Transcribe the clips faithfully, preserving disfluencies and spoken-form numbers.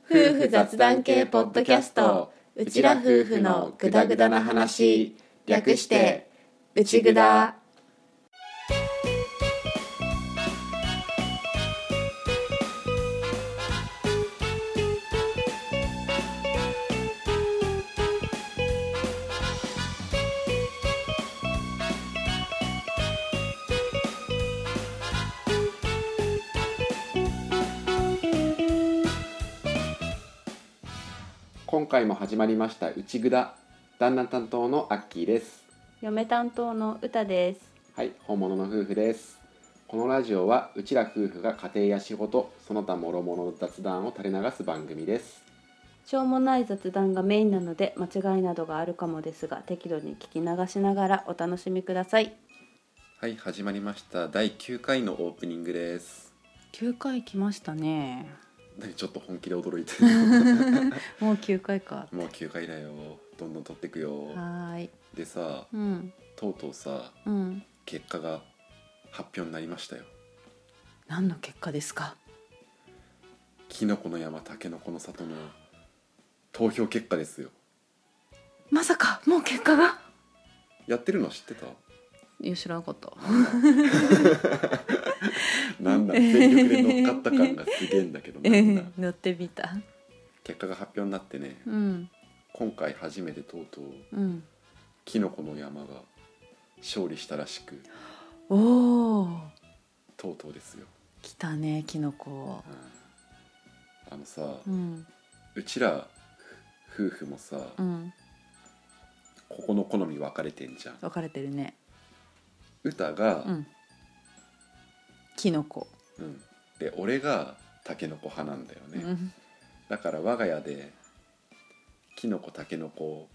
夫婦雑談系ポッドキャスト、うちら夫婦のグダグダな話、略してうちぐだ。 今回も始まりましたうちぐだ。旦那担当のアッキーです。 嫁担当のうたです。 はい、本物の夫婦です。このラジオはうちら夫婦が家庭や仕事、その他諸々の雑談を垂れ流す番組です。 しょうもない雑談がメインなので間違いなどがあるかもですが、適度に聞き流しながらお楽しみください。 はい、始まりましただいきゅうかいのオープニングです。 きゅうかい来ましたね。 ちょっと本気で驚いてもうきゅうかいか。 もうきゅうかいだよ。どんどん取っていくよ。 はーい。 でさ、 うん、 とうとうさ、 うん、 結果が発表になりましたよ。 何の結果ですか？ きのこの山たけのこの里の投票結果ですよ。 まさかもう結果がやってるの知ってた？ いや知らなかった。 なんだ全力で乗っかった感がすげえんだけどなんだ乗ってみた。 結果が発表になってね、 うん、 今回初めてとうとううん、 きのこの山が勝利したらしく、 おお、 とうとうですよ。 来たねキノコ。 うん、あのさ、 うん、 うちら夫婦もさ、 うん、 ここの好み分かれてんじゃん。 分かれてるね。 歌が、 うん、キノコ、 うん、で俺がタケノコ派なんだよね。 うん、 だから我が家でキノコタケノコを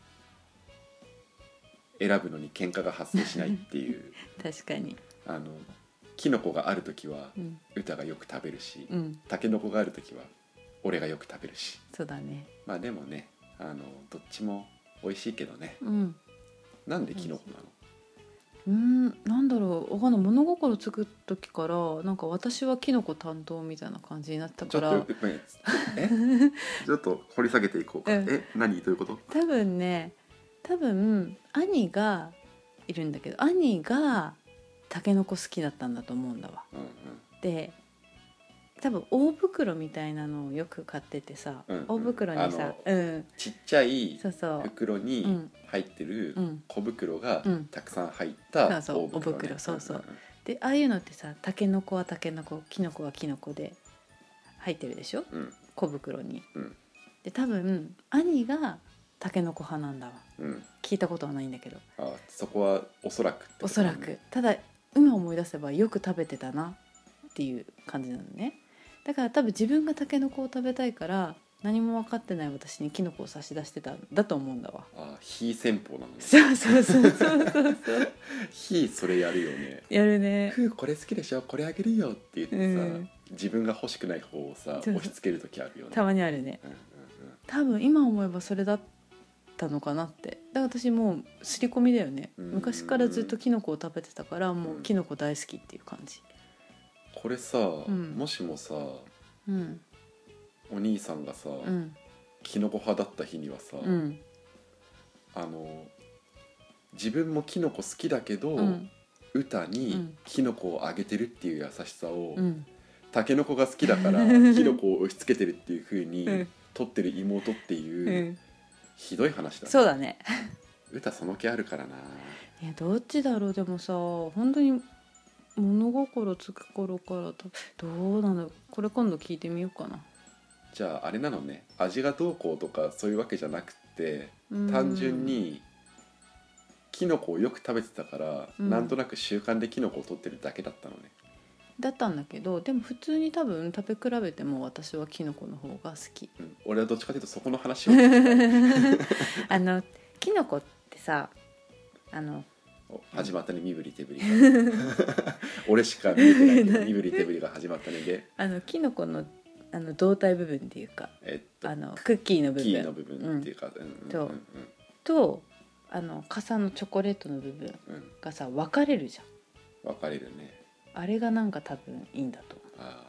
選ぶのに喧嘩が発生しないっていう確かに。 あのキノコがあるときはうん、 歌がよく食べるし、 うん、 タケノコがあるときは俺がよく食べるし、 そうだね。 まあでもね、あのどっちも美味しいけどね。 うん、 なんでキノコなの？ うーん、なんだろう、わかんない。物心つく時からなんか私はキノコ担当みたいな感じになったちょから、 っとええちょっと掘り下げていこうか。 うんえ何どういうこと？ 多分ね、多分兄がいるんだけど、兄がタケノコ好きだったんだと思うんだわ。 うんうんで多分大袋みたいなのをよく買っててさ、 うんうん、 大袋にさ、うん、 ちっちゃいそうそう、 袋にうん入ってるうん小袋がうんたくさん入ったそうそう大袋ね。 大袋そうそううんで、ああいうのってさ、タケノコはタケノコ、キノコはキノコで入ってるでしょ、 うん小袋に。 うんで多分兄がタケノコ派なんだわ。 うん聞いたことはないんだけど、 あそこはおそらくってことおそらく。ただ今思い出せばよく食べてたなっていう感じなのね。だから多分自分がタケノコを食べたいから何も分かってない私にキノコを差し出してたんだと思うんだわ。 あ非戦法なのね。 そうそうそうそうそうそう非それやるよね。 やるね。 ふうこれ好きでしょこれあげるよって言ってさ、 うん、 自分が欲しくない方をさそうそう押し付ける時あるよね。 たまにあるね。 うんうん多分今思えばそれだったのかなって。だから私もう刷り込みだよね。 うん昔からずっとキノコを食べてたからもうキノコ大好きっていう感じ。 これさ、 んもしもさうんお兄さんがさ、 うんキノコ派だった日にはさ、 うんあの自分もキノコ好きだけど、 うん歌にうんキノコをあげてるっていう優しさを、 うんタケノコが好きだからキノコを押し付けてるっていう風に、 うん取ってる妹っていう、 うん、 ひどい話だね。 そうだね。 歌その気あるからな。 いやどっちだろう。でもさ本当に物心つく頃からとどうなの、これ今度聞いてみようかな。 じゃああれなのね、味がどうこうとかそういうわけじゃなくて、 うん単純にキノコをよく食べてたから、 うん、 なんとなく習慣でキノコを取ってるだけだったのね。 だったんだけど、でも普通に多分食べ比べても私はキノコの方が好き。 うん、俺はどっちかというとそこの話を聞きたいあのキノコってさ、あのお始まったね、身振り手振りが俺しか見えてないけど身振り手振りが始まったね。であのキノコのあの胴体部分っていうか、 えっとあのクッキーの部分キーの部分っていうか、うんうんうんそうとあの傘のチョコレートの部分うんうん、 がさ分かれるじゃん。 分かれるね。 あれがなんか多分いいんだと思う。 ああ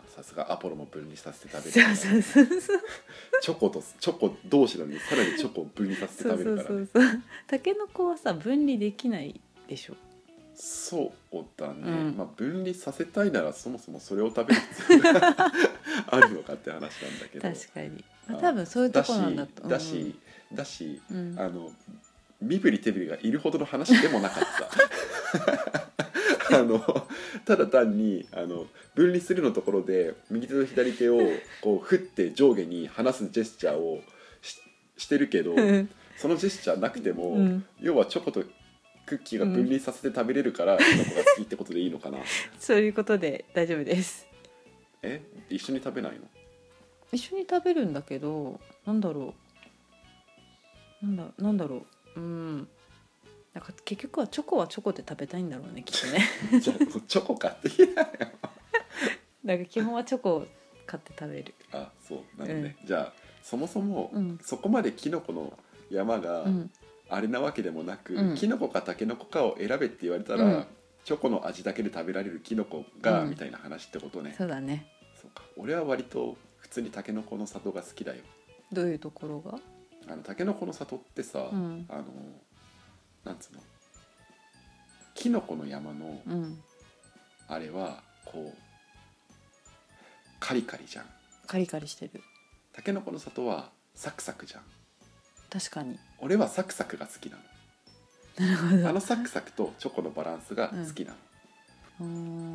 さすがアポロも分離させて食べるから、ね、 そうそうそうそうチョコとチョコ同士なのにさらにチョコを分離させて食べるから、ね、 そうそうそうそう。タケノコはさ分離できないでしょ。 そうだね、 うんまあ、分離させたいならそもそもそれを食べる必要があるのかって話なんだけど、 確かに、まあ、多分そういうとこなんだと思う。 だしだし、 うん、 あの身振り手振りがいるほどの話でもなかったあのただ単にあの分離するのところで右手と左手をこう振って上下に離すジェスチャーを し, してるけどそのジェスチャーなくても、うん、要はチョコとクッキーが分離させて食べれるからキノコが好きってことでいいのかな。 そういうことで大丈夫です。 え、一緒に食べないの？ 一緒に食べるんだけど、なんだろうなんだなんだろううんなんか結局はチョコはチョコで食べたいんだろうねきっとね。 じゃあチョコ買ってきなよ。 なんか基本はチョコを買って食べる。 あ、そうなのね、うん、じゃあそもそも、 うん、 そこまでキノコの山が、うんあれなわけでもなく、うん、キノコかタケノコかを選べって言われたら、うん、チョコの味だけで食べられるキノコが、うん、みたいな話ってことね。 そうだね。 そうか、俺は割と普通にタケノコの里が好きだよ。 どういうところが？ あのタケノコの里ってさ、うん、あのなんつうのキノコの山の、うん、あれはこうカリカリじゃん。 カリカリしてる。 タケノコの里はサクサクじゃん。 確かに俺はサクサクが好きなの。 なるほど。 あのサクサクとチョコのバランスが好きなの、うん、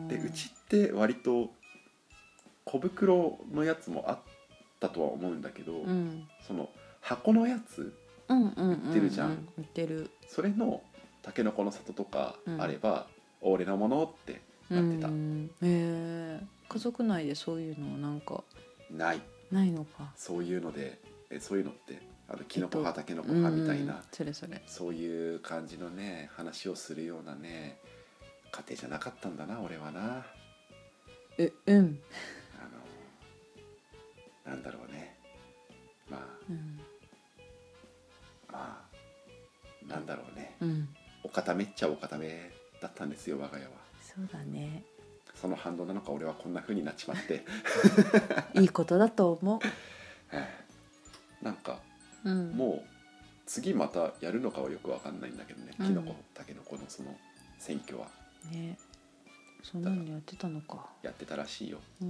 でうちって割と小袋のやつもあったとは思うんだけど、うん、その箱のやつ売ってるじゃん。 売ってる。 それのタケノコの里とかあれば、うん、俺のものってなってた。うん、 へえ。家族内でそういうのなんかないないのか。 そういうのでえそういうのってあのキノコ派タケノコ派みたいな、 うん、それそれそういう感じのね話をするようなね家庭じゃなかったんだな俺はな。 えうんあのなんだろうねまあ、うん、まあなんだろうね、うん、お固めっちゃお固めだったんですよ我が家は。 そうだね。 その反動なのか俺はこんな風になっちまっていいことだと思う。 なんかうん、もう次またやるのかはよく分かんないんだけどね、うん、キノコタケノコのその選挙はね。そんなにやってたのか。 やってたらしいよ、 うんうん、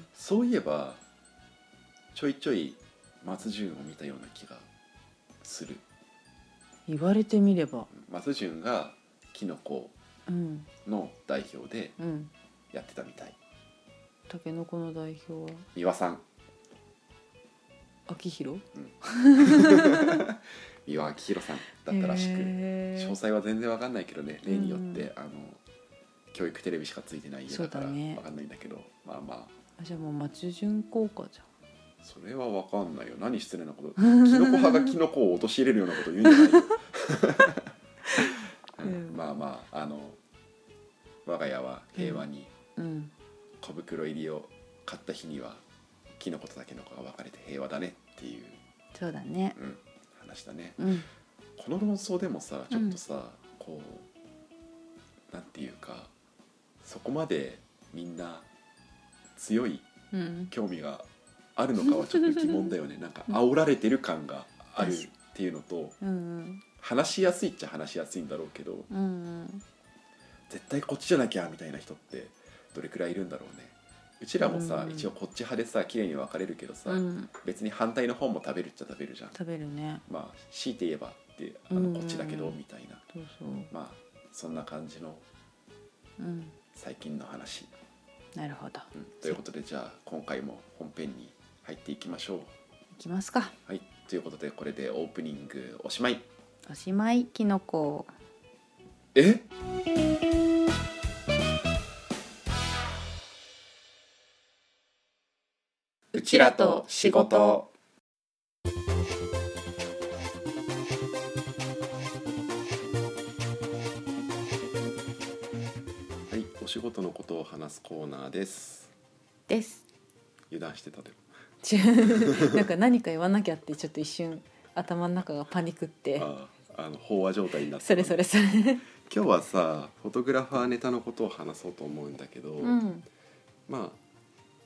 そういえばちょいちょい松潤を見たような気がする。 言われてみれば松潤がキノコの代表でやってたみたい、うん、 タケノコの代表は三輪さん秋広、うん、 三輪明宏さんだったらしく、詳細は全然わかんないけどね例によって、うん、あの教育テレビしかついてない家だからわかんないんだけど、まあまああじゃあもう松潤効果じゃん。 それはわかんないよ。何失礼なことキノコ派がキノコを陥れるようなこと言うんじゃないよ、うん、まあまああの我が家は平和に小袋入りを買った日にはキノコとタケノコが分かれて平和だねっていう。 そうだね、 うん、話だね、 うん、 この論争でもさちょっとさ、うん、こうなんていうかそこまでみんな強い興味があるのかはちょっと疑問だよね、うん、なんか煽られてる感があるっていうのと、うん、話しやすいっちゃ話しやすいんだろうけど、うん、絶対こっちじゃなきゃみたいな人ってどれくらいいるんだろうね。うちらもさ、うん、一応こっち派でさ綺麗に分かれるけどさ、うん、別に反対の方も食べるっちゃ食べるじゃん。 食べるね。 まあ強いて言えばってあのこっちだけどみたいな、 そうそうまあそんな感じの最近の話、 うん、なるほど、 うん、ということでじゃあ今回も本編に入っていきましょう。いきますか。 はい、ということでこれでオープニングおしまい。 おしまい。キノコえうちらと仕事。はい、お仕事のことを話すコーナーですです油断してたでもなんか何か言わなきゃってちょっと一瞬頭の中がパニクってああの飽和状態になってそれそれそれ今日はさフォトグラファーネタのことを話そうと思うんだけど、うん、まあ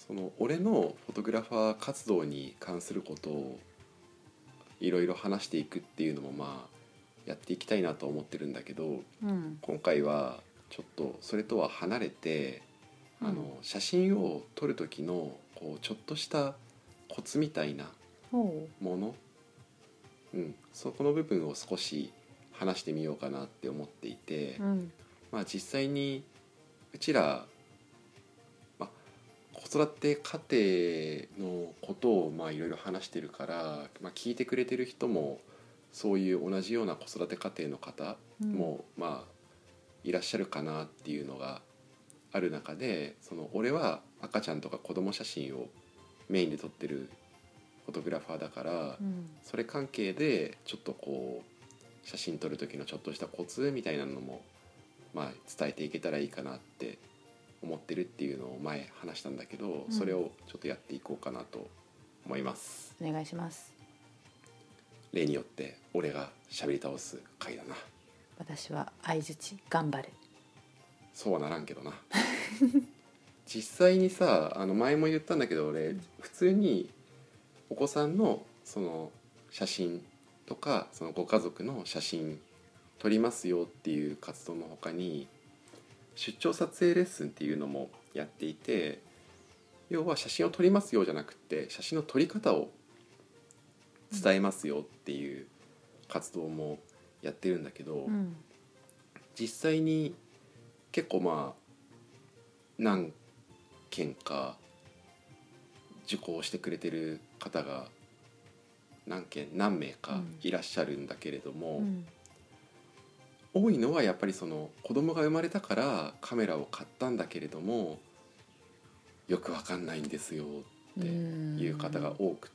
その俺のフォトグラファー活動に関することをいろいろ話していくっていうのもまあやっていきたいなと思ってるんだけど、 うん、 今回はちょっとそれとは離れて、 うん、 あの写真を撮る時のこうちょっとしたコツみたいなもの、うん、そこの部分を少し話してみようかなって思っていて、 うん、 まあ、実際にうちら、まあ、子育て家庭のことをまあいろいろ話してるから、まあ、聞いてくれてる人もそういう同じような子育て家庭の方も、うん、まあいらっしゃるかなっていうのがある中で、その俺は赤ちゃんとか子供写真をメインで撮ってるフォトグラファーだから、 うん、 それ関係でちょっとこう写真撮る時のちょっとしたコツみたいなのもまあ伝えていけたらいいかなって思ってるっていうのを前話したんだけど、それをちょっとやっていこうかなと思います。 お願いします。 例によって俺が喋り倒す回だな。 私は相槌頑張る。 そうはならんけどな実際にさ、あの前も言ったんだけど、俺普通にお子さんのその写真とかそのご家族の写真撮りますよっていう活動の他に出張撮影レッスンっていうのもやっていて、要は写真を撮りますよじゃなくて写真の撮り方を伝えますよっていう活動もやってるんだけど、 うん、 実際に結構まあ何件か受講してくれてる方が何件何名かいらっしゃるんだけれども、 うんうん、多いのはやっぱりその子供が生まれたからカメラを買ったんだけれどもよくわかんないんですよっていう方が多くって、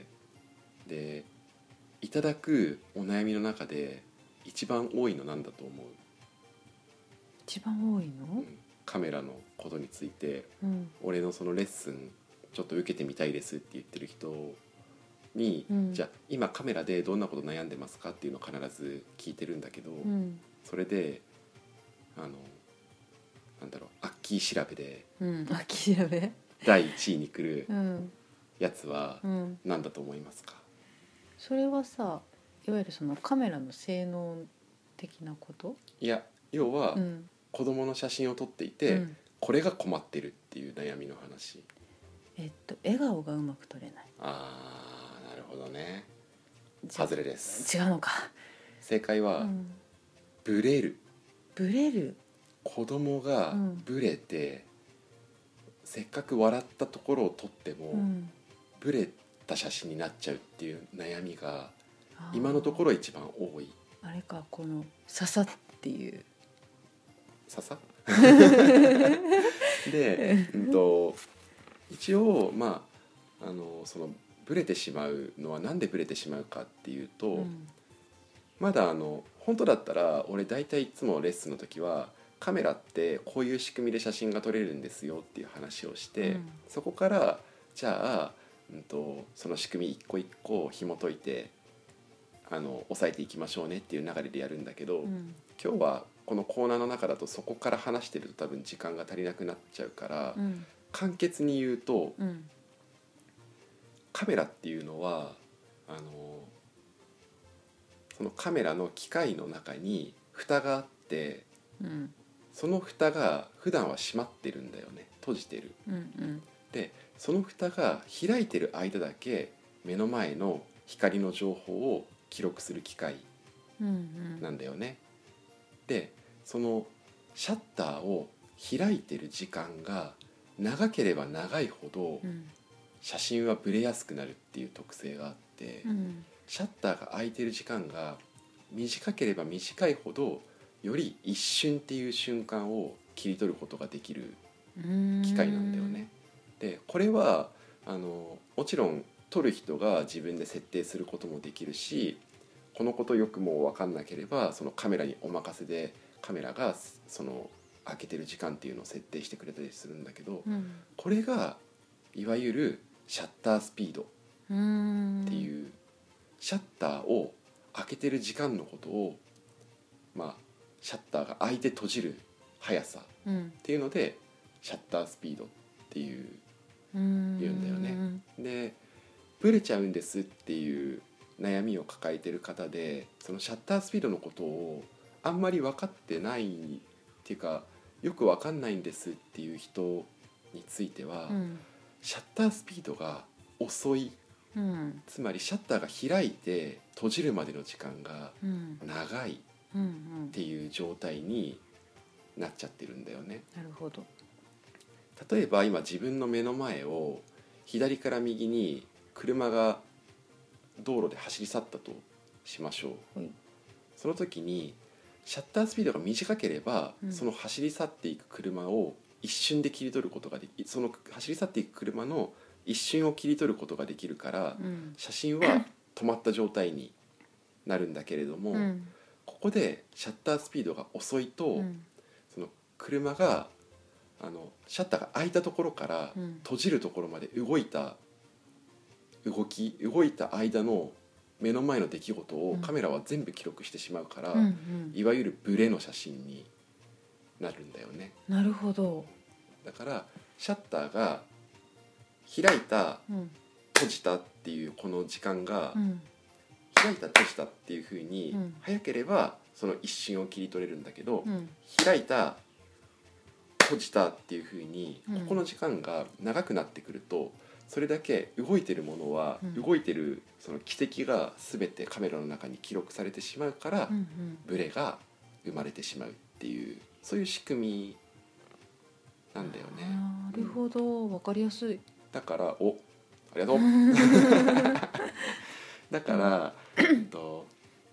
でいただくお悩みの中で一番多いのなんだと思う？ 一番多いの？ うん、カメラのことについて、 うん、 俺のそのレッスンちょっと受けてみたいですって言ってる人に、 うん、 じゃあ今カメラでどんなこと悩んでますかっていうのを必ず聞いてるんだけど、 うん、 それであのなんだろうアッキー調べで、 うん、アッキー調べだいいちいに来るやつは何だと思いますか？ うん、それはさ、いわゆるそのカメラの性能的なこと？ いや、要は、 うん、 子供の写真を撮っていて、 うん、 これが困ってるっていう悩みの話。 えっと笑顔がうまく撮れない。 あー、なるほどね。外れです。 違うのか。 正解は、 うん、 ブレる。 ブレる。 子供がブレて、うん、せっかく笑ったところを撮っても、うん、ブレた写真になっちゃうっていう悩みが今のところ一番多い。 あれか、このささっていうささで、うんと、一応まああのそのブレてしまうのはなんでブレてしまうかっていうと、うん、まだあの本当だったら俺大体いつもレッスンの時はカメラってこういう仕組みで写真が撮れるんですよっていう話をして、うん、そこからじゃあ、うんと、その仕組み一個一個紐解いてあの押さえていきましょうねっていう流れでやるんだけど、うん、今日はこのコーナーの中だとそこから話してると多分時間が足りなくなっちゃうから、うん、簡潔に言うと、うん、カメラっていうのはあのそのカメラの機械の中に蓋があって、うん、その蓋が普段は閉まってるんだよね、閉じてる、うんうん、でその蓋が開いてる間だけ目の前の光の情報を記録する機械なんだよね、うんうん、でそのシャッターを開いてる時間が長ければ長いほど、うん、写真はブレやすくなるっていう特性があって、うん、シャッターが開いてる時間が短ければ短いほどより一瞬っていう瞬間を切り取ることができる機械なんだよね。でこれはあのもちろん撮る人が自分で設定することもできるし、このことよくもう分かんなければそのカメラにお任せでカメラがその開けてる時間っていうのを設定してくれたりするんだけど、うん、これがいわゆるシャッタースピードっていうシャッターを開けてる時間のことを、まあ、シャッターが開いて閉じる速さっていうので、うん、シャッタースピードっていう言うんだよね。でブレちゃうんですっていう悩みを抱えてる方で、そのシャッタースピードのことをあんまり分かってないっていうかよく分かんないんですっていう人については、うん、シャッタースピードが遅い、うん、つまりシャッターが開いて閉じるまでの時間が長いっていう状態になっちゃってるんだよね。 なるほど。 例えば今自分の目の前を左から右に車が道路で走り去ったとしましょう、はい、その時にシャッタースピードが短ければ、うん、その走り去っていく車を一瞬で切り取ることができ、その走り去っていく車の一瞬を切り取ることができるから、うん、写真は止まった状態になるんだけれども、うん、ここでシャッタースピードが遅いと、うん、その車があのシャッターが開いたところから閉じるところまで動いた動き動いた間の目の前の出来事をカメラは全部記録してしまうから、うんうん、いわゆるブレの写真になるんだよね。 なるほど。 だからシャッターが開いた、うん、閉じたっていうこの時間が、うん、開いた閉じたっていう風に、うん、早ければその一瞬を切り取れるんだけど、うん、開いた閉じたっていう風にここの時間が長くなってくると、それだけ動いてるものは、うん、動いてるその軌跡が全てカメラの中に記録されてしまうから、うんうん、ブレが生まれてしまうっていう、そういう仕組みなんだよね。 なるほど、分かりやすい。 だからおありがとうだから、えっと、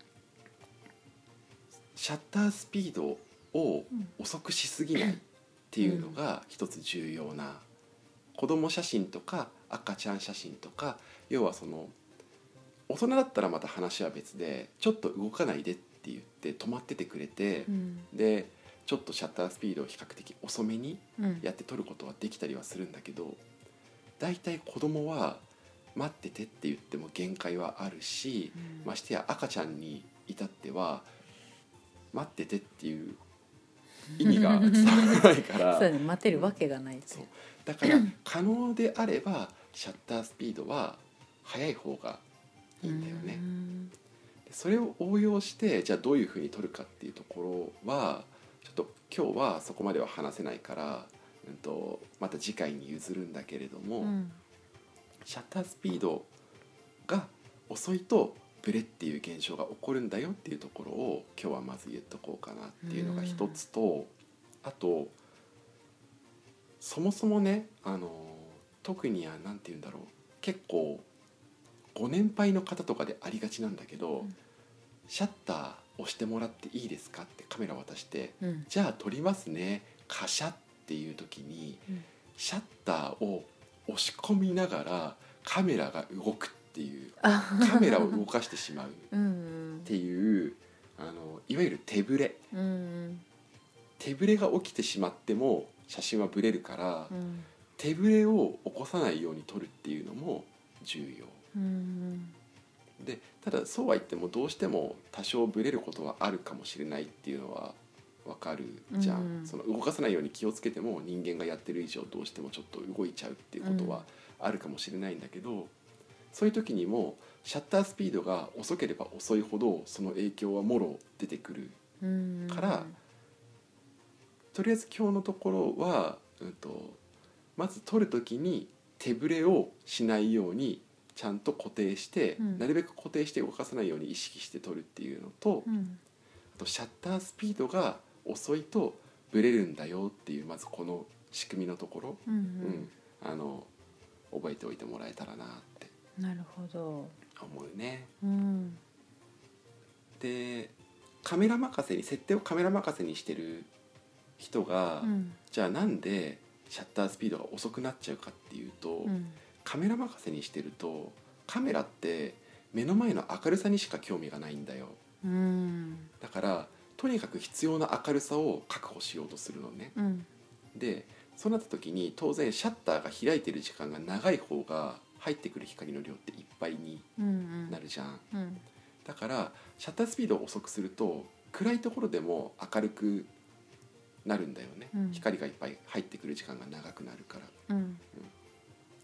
シャッタースピードを遅くしすぎないっていうのが一つ重要な、子供写真とか赤ちゃん写真とか、要はその大人だったらまた話は別で、ちょっと動かないでって言って止まっててくれて、うん、でちょっとシャッタースピードを比較的遅めにやって撮ることはできたりはするんだけど、だいたい子供は待っててって言っても限界はあるし、うん、ましてや赤ちゃんに至っては待っててっていう意味が伝わらないからそうね、待てるわけがない。 そうだから可能であればシャッタースピードは速い方がいいんだよね。でそれを応用してじゃあどういうふうに撮るかっていうところはちょっと今日はそこまでは話せないから、うん、とまた次回に譲るんだけれども、うん、シャッタースピードが遅いとブレっていう現象が起こるんだよっていうところを今日はまず言っとこうかなっていうのが一つと、あとそもそもね、あの特にはなんて言うんだろう、結構ご年配の方とかでありがちなんだけど、うん、シャッター押してもらっていいですかってカメラ渡して、うん、じゃあ撮りますねカシャっていう時に、うん、シャッターを押し込みながらカメラが動くっていうカメラを動かしてしまうっていう、あのいわゆる手ブレ、うん、手ブレが起きてしまっても写真はブレるから、うん、手ブレを起こさないように撮るっていうのも重要、うん、でただそうは言ってもどうしても多少ブレることはあるかもしれないっていうのは分かるじゃん、うん、その動かさないように気をつけても人間がやってる以上どうしてもちょっと動いちゃうっていうことはあるかもしれないんだけど、うん、そういう時にもシャッタースピードが遅ければ遅いほどその影響はもろ出てくるから、うん、とりあえず今日のところは、うんと、まず撮る時に手ブレをしないようにちゃんと固定して、うん、なるべく固定して動かさないように意識して撮るっていうのと、うん、あとシャッタースピードが遅いとブレるんだよっていう、まずこの仕組みのところ、うんうんうん、あの覚えておいてもらえたらなってなるほど思うね、 うん、 でカメラ任せに設定をカメラ任せにしてる人が、うん、じゃあなんでシャッタースピードが遅くなっちゃうかっていうと、うん、カメラ任せにしてるとカメラって目の前の明るさにしか興味がないんだよ、うん、だからとにかく必要な明るさを確保しようとするのね、うん、でそうなった時に当然シャッターが開いてる時間が長い方が入ってくる光の量っていっぱいになるじゃん、うんうん、だからシャッタースピードを遅くすると暗いところでも明るくなるんだよね、うん、光がいっぱい入ってくる時間が長くなるから、うんうん、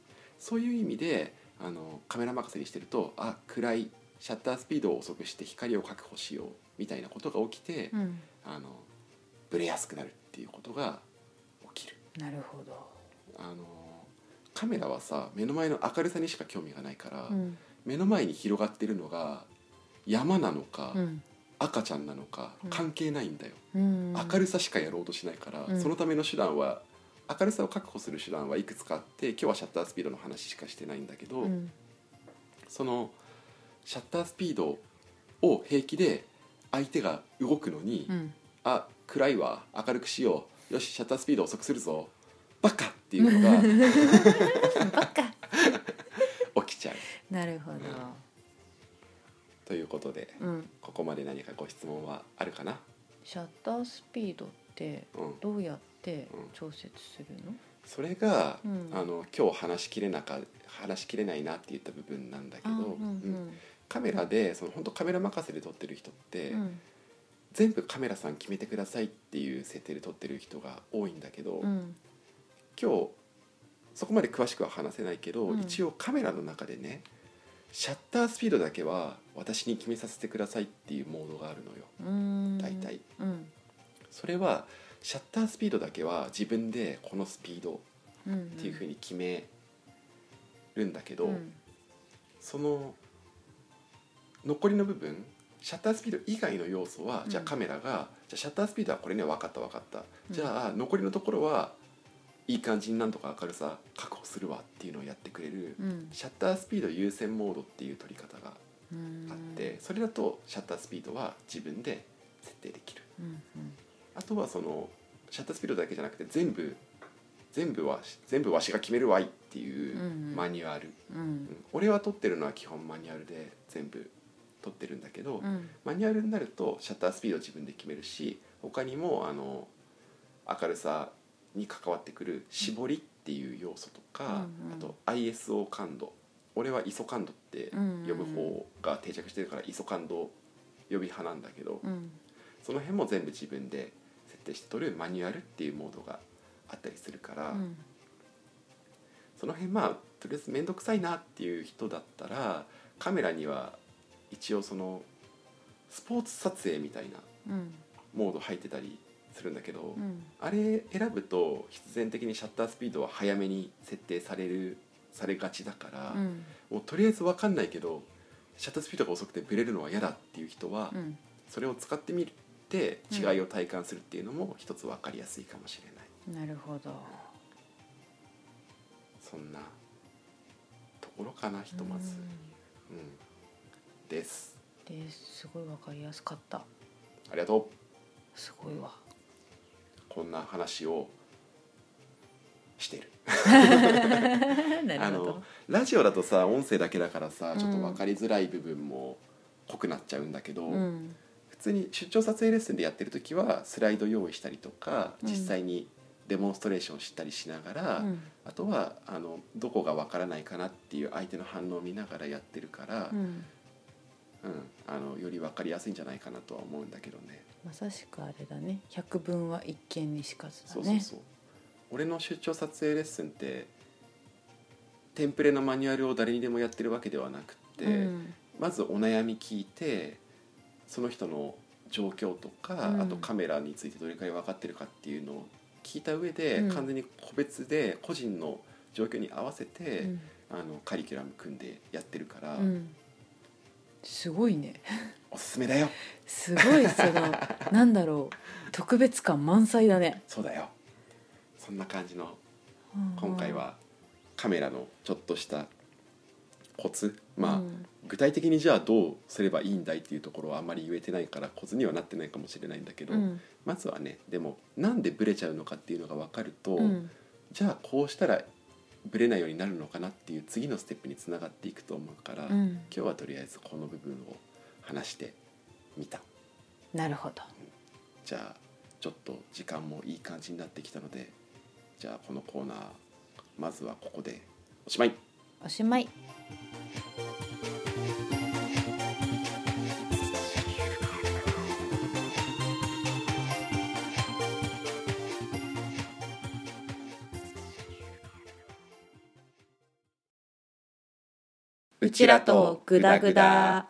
そういう意味であのカメラ任せにしてると、あ、暗い、シャッタースピードを遅くして光を確保しようみたいなことが起きて、 うん、 あのブレやすくなるっていうことが起きる。 なるほど。 あのカメラはさ、目の前の明るさにしか興味がないから、 うん、 目の前に広がってるのが山なのか、 うん、 赤ちゃんなのか関係ないんだよ、 うん、 明るさしかやろうとしないから、 うん、 そのための手段は、明るさを確保する手段はいくつかあって、今日はシャッタースピードの話しかしてないんだけど、 うん、 そのシャッタースピードを平気で相手が動くのに、 うん、 あ、暗いわ、明るくしよう、よしシャッタースピード遅くするぞ、バカっていうのがバカ起きちゃう。 なるほど、 ということで、 うん、 ここまで何かご質問はあるかな。 シャッタースピードってどうやって調節するの？ それが、 うん、 あの今日話しきれなか話しきれないなって言った部分なんだけど、 うんうんうんカメラでその本当カメラ任せで撮ってる人って、 うん、 全部カメラさん決めてくださいっていう設定で撮ってる人が多いんだけど、 うん、 今日そこまで詳しくは話せないけど、 うん、 一応カメラの中でね、シャッタースピードだけは私に決めさせてくださいっていうモードがあるのよ、 うん、 大体、 うん、 それはシャッタースピードだけは自分でこのスピードっていうふうに決めるんだけど、 うん、 その残りの部分、シャッタースピード以外の要素は、 うん、 じゃあカメラが、じゃあシャッタースピードはこれね、分かった分かった、 うん、 じゃあ残りのところはいい感じになんとか明るさ確保するわっていうのをやってくれる、 うん、 シャッタースピード優先モードっていう取り方があって、それだとシャッタースピードは自分で設定できる、 うんうん、 あとはそのシャッタースピードだけじゃなくて全部全部は全部わしが決めるわいっていうマニュアル、 うんうん、 俺は撮ってるのは基本マニュアルで全部撮ってるんだけど、 うん、 マニュアルになるとシャッタースピードを自分で決めるし、他にもあの明るさに関わってくる絞りっていう要素とか、 うんうん、 あと アイエスオー 感度、俺は アイエスオー 感度って呼ぶ方が定着してるから アイエスオー 感度呼び派なんだけど、 うん、 その辺も全部自分で設定して撮るマニュアルっていうモードがあったりするから、うん、その辺まあとりあえず面倒くさいなっていう人だったら、カメラには一応そのスポーツ撮影みたいなモード入ってたりするんだけど、うん、あれ選ぶと必然的にシャッタースピードは早めに設定されるされがちだから、うん、もうとりあえず分かんないけどシャッタースピードが遅くてブレるのは嫌だっていう人は、うん、それを使ってみて違いを体感するっていうのも一つ分かりやすいかもしれない。 なるほど。 そんなところかな、ひとまず、うん、ですですすごい分かりやすかった。 ありがとう。すごいわ。 こんな話をしてるあのラジオだとさ、音声だけだからさ、ちょっと分かりづらい部分も濃くなっちゃうんだけど、うん、普通に出張撮影レッスンでやってる時はスライド用意したりとか、うん、実際にデモンストレーションしたりしながら、うん、あとはあのどこが分からないかなっていう相手の反応を見ながらやってるから、うんうん、あのより分かりやすいんじゃないかなとは思うんだけどね。 まさしくあれだね、百聞は一見にしかずだね。 そうそうそう。俺の出張撮影レッスンってテンプレのマニュアルを誰にでもやってるわけではなくって、うん、まずお悩み聞いて、その人の状況とか、うん、あとカメラについてどれくらい分かってるかっていうのを聞いた上で、うん、完全に個別で個人の状況に合わせて、うん、あのカリキュラム組んでやってるから、うん、 すごいね。 おすすめだよ。 すごい、そのなんだろう、特別感満載だね。 そうだよ。そんな感じの、今回はカメラのちょっとしたコツ、まあ、うん、具体的にじゃあどうすればいいんだいっていうところはあんまり言えてないからコツにはなってないかもしれないんだけど、うん、まずはね、でもなんでブレちゃうのかっていうのが分かると、うん、じゃあこうしたらブレないようになるのかなっていう次のステップにつながっていくと思うから、うん、今日はとりあえずこの部分を話してみた。 なるほど。 じゃあちょっと時間もいい感じになってきたので、じゃあこのコーナーまずはここでおしまい。 おしまい。 うちらとグダグダ。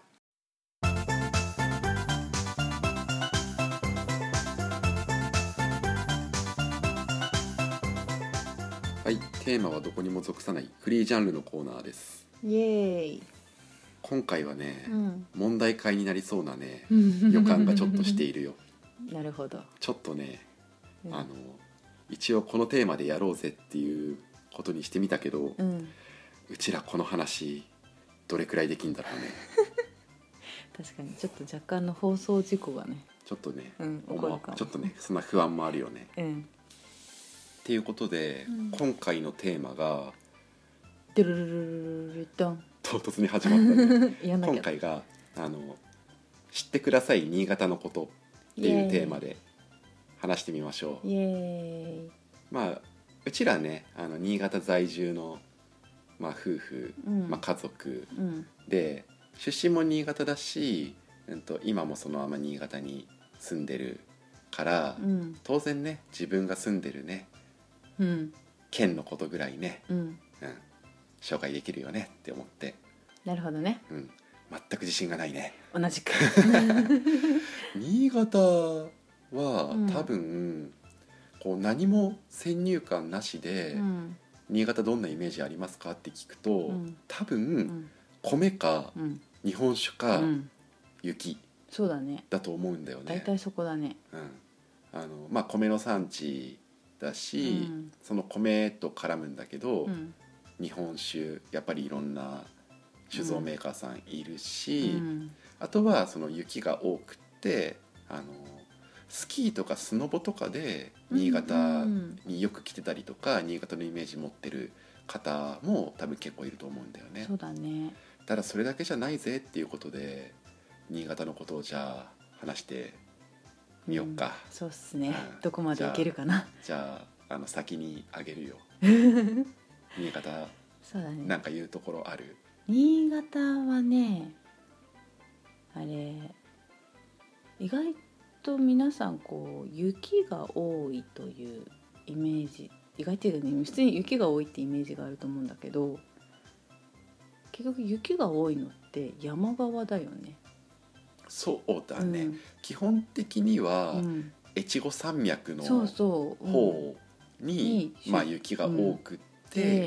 はい、テーマはどこにも属さないフリージャンルのコーナーです。 イエーイ。 今回はね、 うん、 問題解になりそうなね予感がちょっとしているよ。 なるほど。 ちょっとね、 うん、 あの一応このテーマでやろうぜっていうことにしてみたけど、 うん、 うちらこの話どれくらいできんだろうね。 確かにちょっと若干の放送事故がね、 ちょっとね、 うん、起こるかも。 ちょっとねそんな不安もあるよね。 うん、 っていうことで、うん、今回のテーマがドゥルルルルルルドン。 唐突に始まったね。今回があの知ってください新潟のことっていうテーマで話してみましょう。 イエーイ。 まあうちらねあの新潟在住の、まあ、夫婦、うんまあ、家族、うん、で出身も新潟だし、うん、と今もそのまま新潟に住んでるから、うん、当然ね自分が住んでるね、うん、県のことぐらいね、うんうん、紹介できるよねって思って。 なるほどね、 うん、全く自信がないね。 同じく新潟は、うん、多分こう何も先入観なしで、うん、新潟どんなイメージありますかって聞くと、うん、多分、うん、米か、うん、日本酒か、うん、雪そうだねだと思うんだよね。 大体そこだね、 うんあのまあ、米の産地だし、うん、その米と絡むんだけど、うん、日本酒やっぱりいろんな酒造メーカーさんいるし、うん、あとはその雪が多くってあのスキーとかスノボとかで新潟によく来てたりとか、うん、新潟のイメージ持ってる方も多分結構いると思うんだよね。 そうだね。 ただそれだけじゃないぜっていうことで新潟のことをじゃあ話してみようか、 うん、そうっすね、うん、どこまでいけるかな。 じゃあ、じゃあ、あの先にあげるよ新潟そうだね。 なんか言うところある？ 新潟はねあれ意外と皆さんこう雪が多いというイメージ、意外というかね普通に雪が多いってイメージがあると思うんだけど、結局雪が多いのって山側だよね。 そうだね、うん、基本的には、うん、越後山脈の方に、うん、まあ、雪が多くって、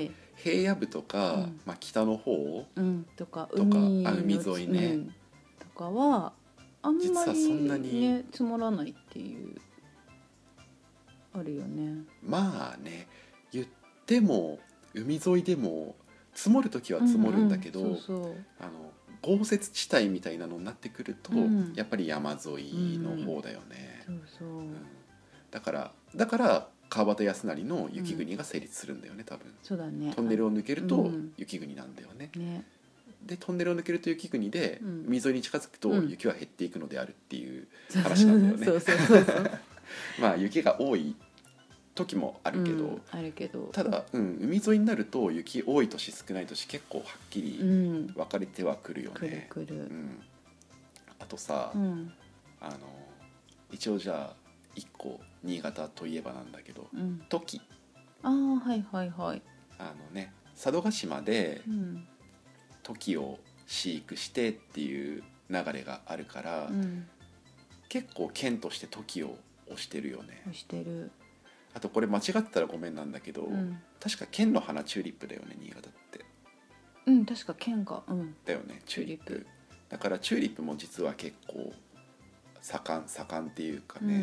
うん、平野部とか、うんまあ、北の方、 うん、とかとか海、海沿いね、うん、 とかはあんまり、ね、実はそんなに積もらないっていうあるよね。 まあね言っても海沿いでも積もるときは積もるんだけど、あの豪雪地帯みたいなのになってくると、うん、やっぱり山沿いの方だよね、 うんそうそううん、 だからだから川端康成の雪国が成立するんだよね多分。 そうだね。 トンネルを抜けると雪国なんだよね、うん、ねでトンネルを抜けると雪国で、うん、海沿いに近づくと雪は減っていくのであるっていう話なんだよねそうそうそうそうまあ雪が多い時もあるけど、うん、 あるけどただ、うん、海沿いになると雪多い年少ない年結構はっきり分かれてはくるよね、うん、 くるくる、うん、 あとさ、うん、あの一応じゃあいっこ新潟といえばなんだけど、うん、トキああはいはいはいあのね佐渡島でトキを飼育してっていう流れがあるから、うん、結構県としてトキを推してるよね。 推してる。 あとこれ間違ってたらごめんなんだけど、うん、確か県の花チューリップだよね新潟って。 うん確か県が、うん、 だよねチューリップ。だからチューリップも実は結構盛ん盛んっていうかね、うんうん、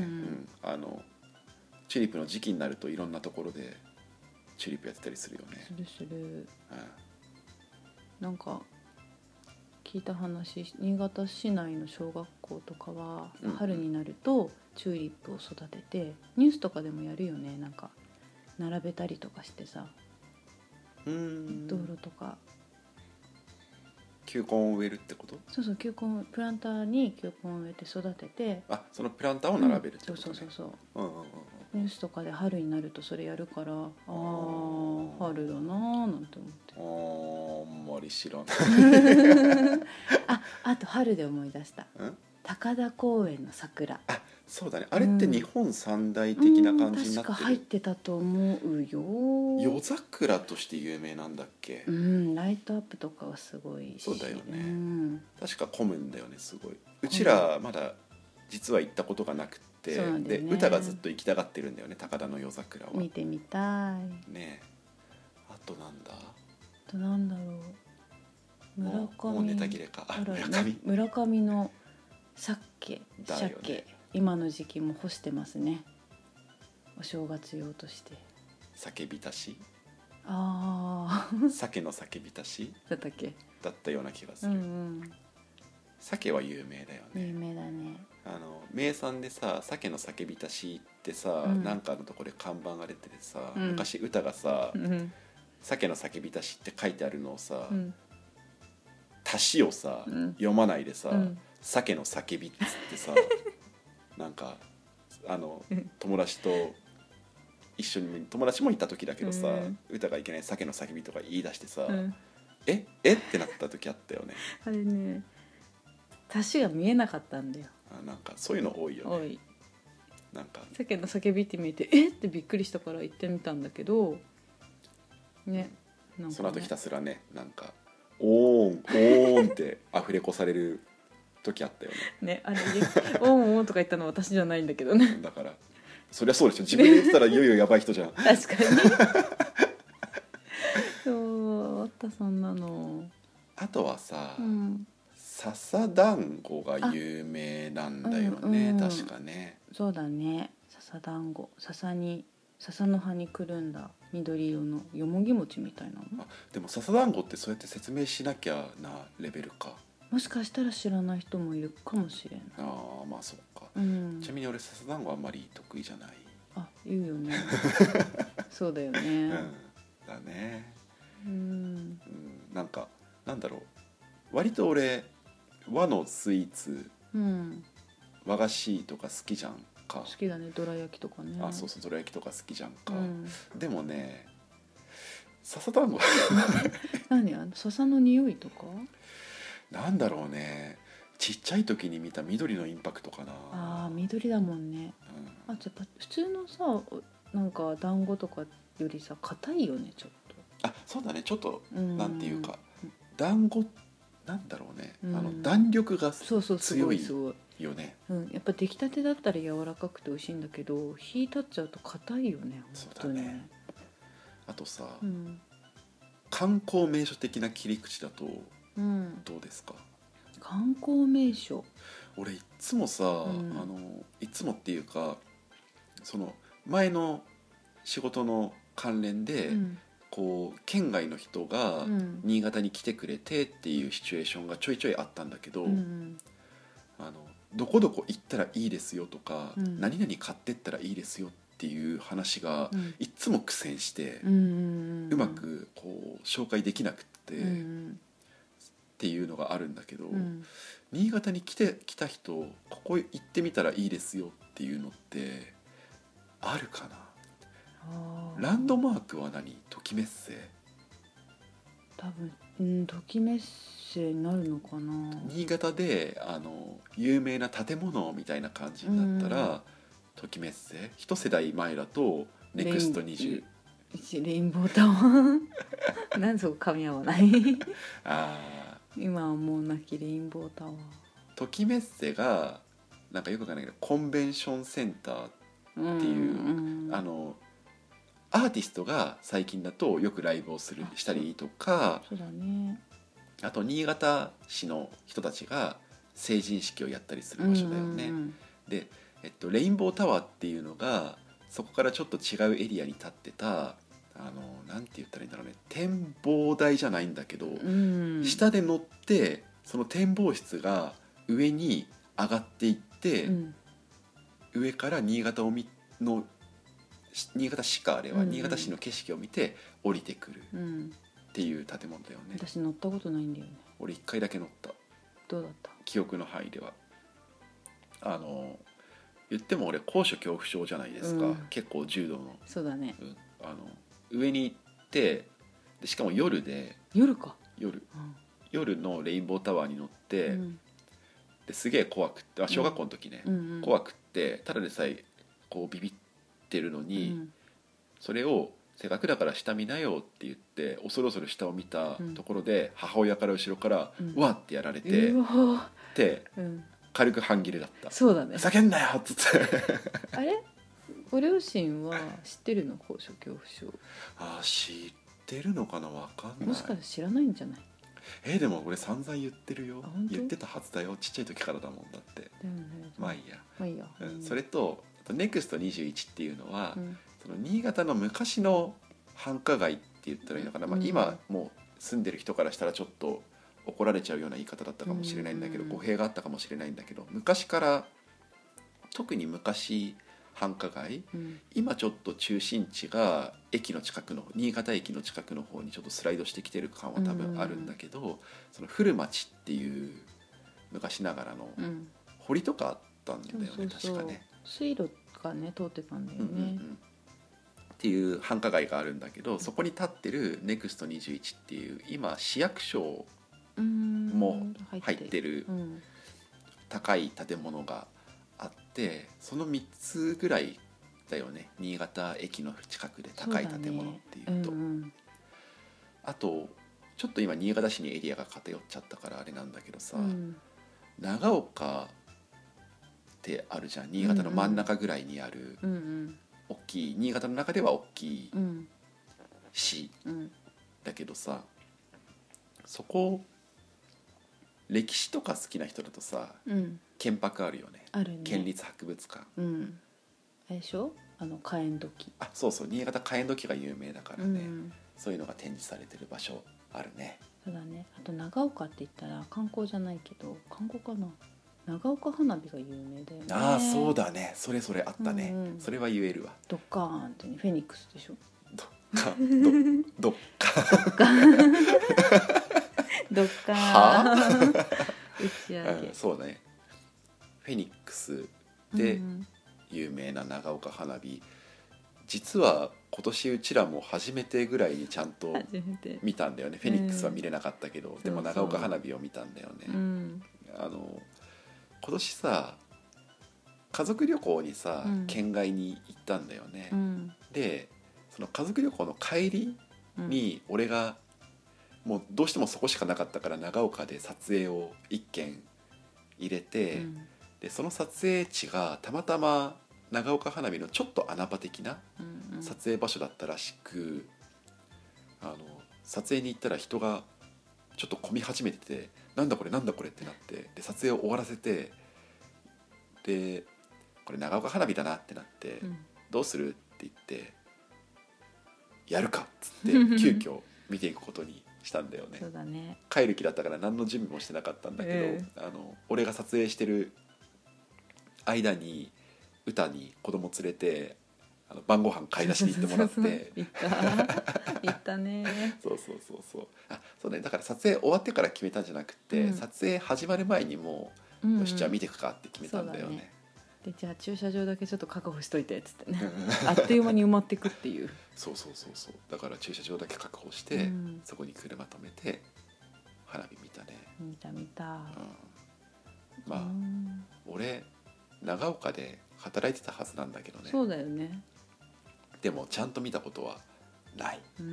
あのチューリップの時期になるといろんなところでチューリップやってたりするよね。 するする、うん、なんか聞いた話、新潟市内の小学校とかは春になるとチューリップを育てて、ニュースとかでもやるよね。なんか並べたりとかしてさ、うーん道路とか球根を植えるってこと？ そうそう球根プランターに球根を植えて育てて、 あそのプランターを並べるってことね、 うん、そうそうそうそう、うんうんうん、ニュースとかで春になるとそれやるから、ああ春だなーなんて思って、 あーあんまり知らないああと春で思い出した、高田公園の桜。 あそうだね、あれって日本三大的な感じになってる、うん、確か入ってたと思うよ。 夜桜として有名なんだっけ。 うんらライトアップとかはすごいし。 そうだよね、 うん、 確か混むんだよねすごい。うちらまだ実は行ったことがなくて、 そうなんだよね、 で歌がずっと行きたがってるんだよね高田の夜桜は。 見てみたいね。あとなんだ、 あとなんだろう、村もう上もうネタ切れか。ああら村上村上の鮭だよね鮭、今の時期も干してますね、お正月用として。 酒浸しああ鮭の酒浸しだったっけ。 だったような気がすうる、 んうん鮭は有名だよ有ね。 名だね。 あの名産でさ鮭の酒浸しってさ、 うんなんかのところで看板が出ててさ、 うん昔歌がさ、 うん鮭の酒浸しって書いてあるのをさ、 うん足しをさ、 うん読まないでさ、 うん鮭の叫びっつってさなんかあのうん友達と一緒に友達もいた時だけどさ、 うん歌がいけない鮭の叫びとか言い出してさ、 うんええってなった時あったよね。 あれね、足しが見えなかったんだよ。 あなんかそういうの多いよね。 おい、 なんか鮭の叫びって見えてえってびっくりしたから行ってみたんだけどね、なんかねその後ひたすらねなんかオーンオーンってアフレコされる時あったよね。 ね、あれで「おんおん」とか言ったのは私じゃないんだけどね。 だからそりゃそうでしょ、自分で言ってたらいよいよやばい人じゃん。 確かにそうあったそんなの。 あとはさ、 うん笹団子が有名なんだよね、 うんうん確かね。 そうだね、笹団子、笹に笹の葉にくるんだ緑色のよもぎ餅みたいなの。 あでも笹団子ってそうやって説明しなきゃなレベルか。 もしかしたら知らない人もいるかもしれない。 ああまあそっか、 うんちなみに俺笹団子あんまり得意じゃない。 あ、言うよねそうだよねうんだね。 うんうんなんかなんだろう、割と俺和のスイーツうん和菓子とか好きじゃんか。 好きだね、どら焼きとかね。 あそうそうどら焼きとか好きじゃんか、 うん、 でもね笹団子何あの笹の匂いとか。 なんだろうね、ちっちゃい時に見た緑のインパクトかな。 あー緑だもんね。 うんあとやっぱ普通のさおなんか団子とかよりさ硬いよねちょっあそうだねちょっとと。うんなんていうか団子なんだろうね、 うんあの弾力がそうそうす強いごいすごい、 よね。 うん、やっぱ出来たてだったら柔らかくて美味しいんだけど火立っちゃうと硬いよねそう本当に。 だね。あとさ、 うん観光名所的な切り口だとうん、 どうですか。 観光名所。 俺いっつもさ、 んあのいつもっていうかその前の仕事の関連で、 うんこう県外の人がうん新潟に来てくれてっていうシチュエーションがちょいちょいあったんだけど、 うんあのどこどこ行ったらいいですよとか、 うん何々買ってったらいいですよっていう話がうんいっつも苦戦して、 うんうんうまくこう紹介できなくって、 うっんていうのがあるんだけど、 うん新潟に来て来た人ここ行ってみたらいいですよっていうのってあるかな。 あーランドマークは何？ときめっせ。 多分うんときめっせになるのかな。 新潟であの有名な建物みたいな感じになったら、 うんときめっせ。一世代前だとネクストにじゅう。 レインボータワーなんでそこ噛み合わないあ今はもうなきレインボータワー。 ときめっせがなんかよくわかんないけどコンベンションセンター、 っていうあのアーティストが最近だとよくライブをするしたりとか、 そうだね。 あと新潟市の人たちが成人式をやったりする場所だよね。 うんで、えっと、レインボータワーっていうのがそこからちょっと違うエリアに立ってたあのなんて言ったらいいんだろうね、展望台じゃないんだけど、 うんうん下で乗ってその展望室が上に上がっていって、 うん上から新潟を見の新潟市かあれは、 うんうん新潟市の景色を見て降りてくるうんっていう建物だよね。 私乗ったことないんだよね。 俺一回だけ乗った、 どうだった？ 記憶の範囲では。あの言っても俺高所恐怖症じゃないですか、 うん結構重度の、 そうだね。 うんあの上に行ってでしかも夜で夜か。 夜うん夜のレインボータワーに乗って、 うんですげえ怖くってあ小学校の時ね、 うんうん怖くってただでさえこうビビってるのうに、 んそれをせっかくだから下見なよって言って恐る恐る下を見たところで、うん、母親から後ろから「うん、わっ!」ってやられて、うわで、うん、軽く半切れだった。 そうだね。 ふざけんなよっつってあれご両親は知ってるの高所恐怖症？ ああ知ってるのかな、わかんない。 もしかしたら知らないんじゃない？ えー、でも俺散々言ってるよ。言ってたはずだよ、ちっちゃい時からだもんだって。だよね、まあいいや、 まあいいや、 うん、それとネクストにじゅういちっていうのは、うん、その新潟の昔の繁華街って言ったらいいのかな、まあ、今もう住んでる人からしたらちょっと怒られちゃうような言い方だったかもしれないんだけど、語弊があったかもしれないんだけど、昔から特に昔繁華街、うん、今ちょっと中心地が駅の近くの新潟駅の近くの方にちょっとスライドしてきてる感は多分あるんだけど、うん、その古町っていう昔ながらの堀とかあったんだよね、うん、確かね。 水路がね通ってたんだよね、うんうんうん、 っていう繁華街があるんだけど、そこに立ってるネクストにじゅういちっていう今市役所も入ってる高い建物があって、そのみっつぐらいだよね、新潟駅の近くで高い建物っていうと。そうだね、うんうん、あとちょっと今新潟市にエリアが偏っちゃったからあれなんだけどさ、うん、長岡ってあるじゃん、新潟の真ん中ぐらいにある、うんうん、大きい、新潟の中では大きい市だけどさ、そこ歴史とか好きな人だとさ、うん、建白あるよね。 あるね。 県立博物館、 うん、あれでしょ、あの火炎土器。 あ、そうそう、新潟火炎土器が有名だからね、うん、そういうのが展示されてる場所あるね。 そうだね。あと長岡って言ったら観光じゃないけど、観光かな、長岡花火が有名だよね。 ああそうだね、それそれあったね、うんうん、それは言えるわ。 ドッカーンってね、フェニックスでしょ。 ドッカーンドッカーンドッカーン打ち上げ、 うん、そうだね、フェニックスで有名な長岡花火、うん、実は今年うちらも初めてぐらいにちゃんと見たんだよね。フェニックスは見れなかったけど、うん、でも長岡花火を見たんだよね。そうそう、うん、あの今年さ家族旅行にさ、うん、県外に行ったんだよね、うん、でその家族旅行の帰りに俺がもうどうしてもそこしかなかったから長岡で撮影を一件入れて、うん、でその撮影地がたまたま長岡花火のちょっと穴場的な撮影場所だったらしく、あの撮影に行ったら人がちょっと混み始めてて、なんだこれなんだこれってなって、で撮影を終わらせて、でこれ長岡花火だなってなって、うん、どうするって言ってやるかっつって急遽見ていくことにしたんだよね。 そうだね、 帰る気だったから何の準備もしてなかったんだけど、えー、あの俺が撮影してる間に歌に子供連れてあの晩ご飯買い出しに行ってもらって行った行ったねそうそうそうそう、あそうね、だから撮影終わってから決めたんじゃなくて、うん、撮影始まる前にもう、うんうん、よしじゃあ見ていくかって決めたんだよね。 でじゃあ駐車場だけちょっと確保しといてっつってねあっという間に埋まっていくっていうそうそうそうそう、だから駐車場だけ確保して、うん、そこに車止めて花火見たね。 見た見た、うん、 まあ、うん、俺長岡で働いてたはずなんだけどね。 そうだよね。 でもちゃんと見たことはない。うん、うん、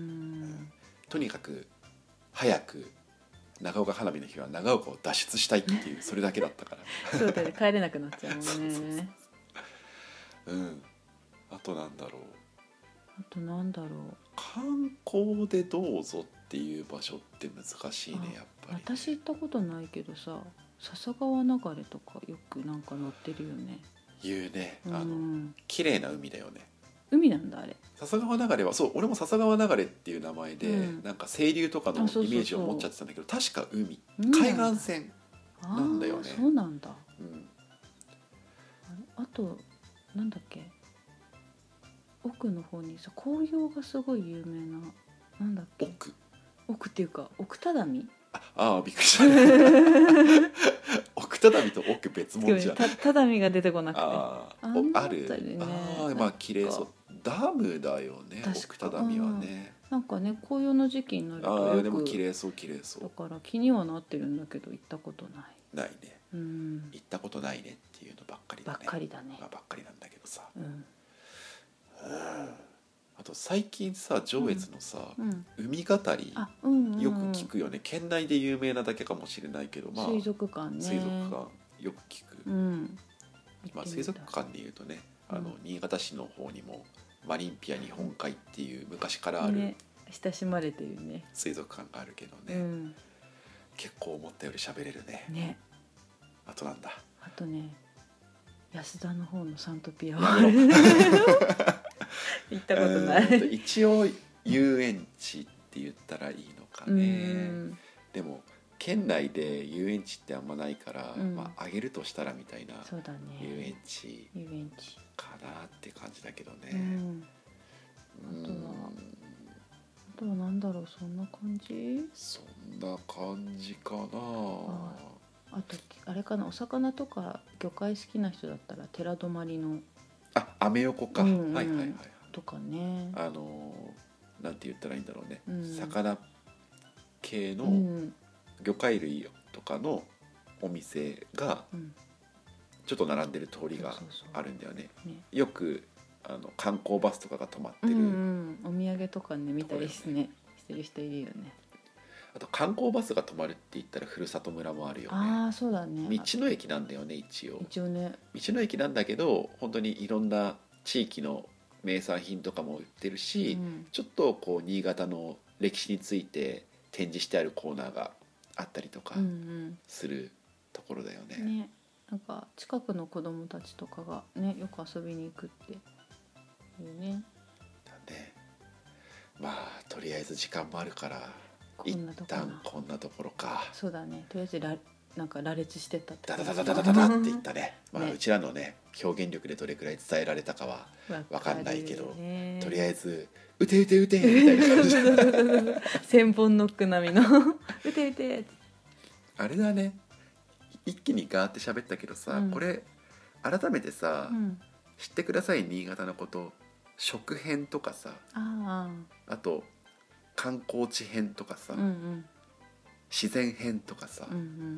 とにかく早く長岡花火の日は長岡を脱出したいっていうそれだけだったからそうだね、帰れなくなっちゃうもんね。そうそうそうそう、うん、あとなんだろうあとなんだろう観光でどうぞっていう場所って難しいね、やっぱり、ね、 私行ったことないけどさ、笹川流れとかよくなんか乗ってるよね。 言うね、あの、うん、綺麗な海だよね。 海なんだあれ。 笹川流れはそう、俺も笹川流れっていう名前で、うん、なんか清流とかのイメージを持っちゃってたんだけど、確か海、海岸線なんだよね。 そうなんだ、うん、あ, あとなんだっけ、奥の方にさ紅葉がすごい有名な、なんだっけ、 奥奥っていうか奥只見、 ああびっくりした奥只見と奥別物じゃん。 只見が出てこなくて、 ああある、ね、ああまあ綺麗そう、ダムだよね奥只見はね。 なんかね紅葉の時期になるとよく、 ああでも綺麗そう綺麗そう、 だから気にはなってるんだけど行ったことない。 ないね、うん、行ったことないねっていうのばっかりだね。 ばっかりだね、 まあ、ばっかりなんだけどさ、うん、うん、ああと最近さ上越のさ、 うん、 海語りあ、うんうんうん、 よく聞くよね。県内で有名なだけかもしれないけど、まあ、 水族館ね。 水族館よく聞く、 うんまあ、水族館でいうとね、あの、 うん、 新潟市の方にもマリンピア日本海っていう昔からある、 ね、親しまれてるね水族館があるけどね、 うん、 結構思ったより喋れるね。 ね、 あとなんだ、 あとね安田の方のサントピアやはめろ行ったことなえーとい。 一応遊園地って言ったらいいのかうね。 んでも県内で遊園地ってあんまないから、 うんまあ、あげるとしたらみたいなそうだね、 遊園地遊園地、 かなって感じだけどね。 うん、 うんあとはあとはなんだろう、そんな感じ。 そんな感じかな。 ああとあれかな、お魚とか魚介好きな人だったら寺泊のあ、アメ横か、 うんうん、 はいはいはい。 とかね、 あのーなんて言ったらいいんだろうね、 うん、 魚系のうん魚介類とかのお店がうんちょっと並んでる通りがそうそうそうあるんだよね。 ね、 よくあの観光バスとかが止まってる、 うんうん、お土産とかね見たりしてね、してる人いるよね。 あと観光バスが止まるって言ったらふるさと村もあるよね。 ああそうだね、 道の駅なんだよね一応。 一応ね、 道の駅なんだけど本当にいろんな地域の名産品とかも売ってるし、 うん、 ちょっとこう新潟の歴史について展示してあるコーナーがあったりとかうんするところだよね。 うん、ね、なんか近くの子供たちとかがねよく遊びに行くっていうね。 だね。まあとりあえず時間もあるから一こんなとこ旦なこんなところか。 そうだね、とりあえずらなんか羅列してったってダ感じダダダダダダって言ったね。まあねうちらのね表現力でどれくらい伝えられたかはわかんないけど、 ね、 とりあえず打て打て打てみたいな感じで千本ノック並みの打て打て、 あれだね、一気にガーって喋ったけどさ、 うんこれ改めてさ、 うん、 知ってください新潟のこと、食編とかさ、 ああと観光地編とかさ、 あ、うんうん自然編とかさ、 うんうん、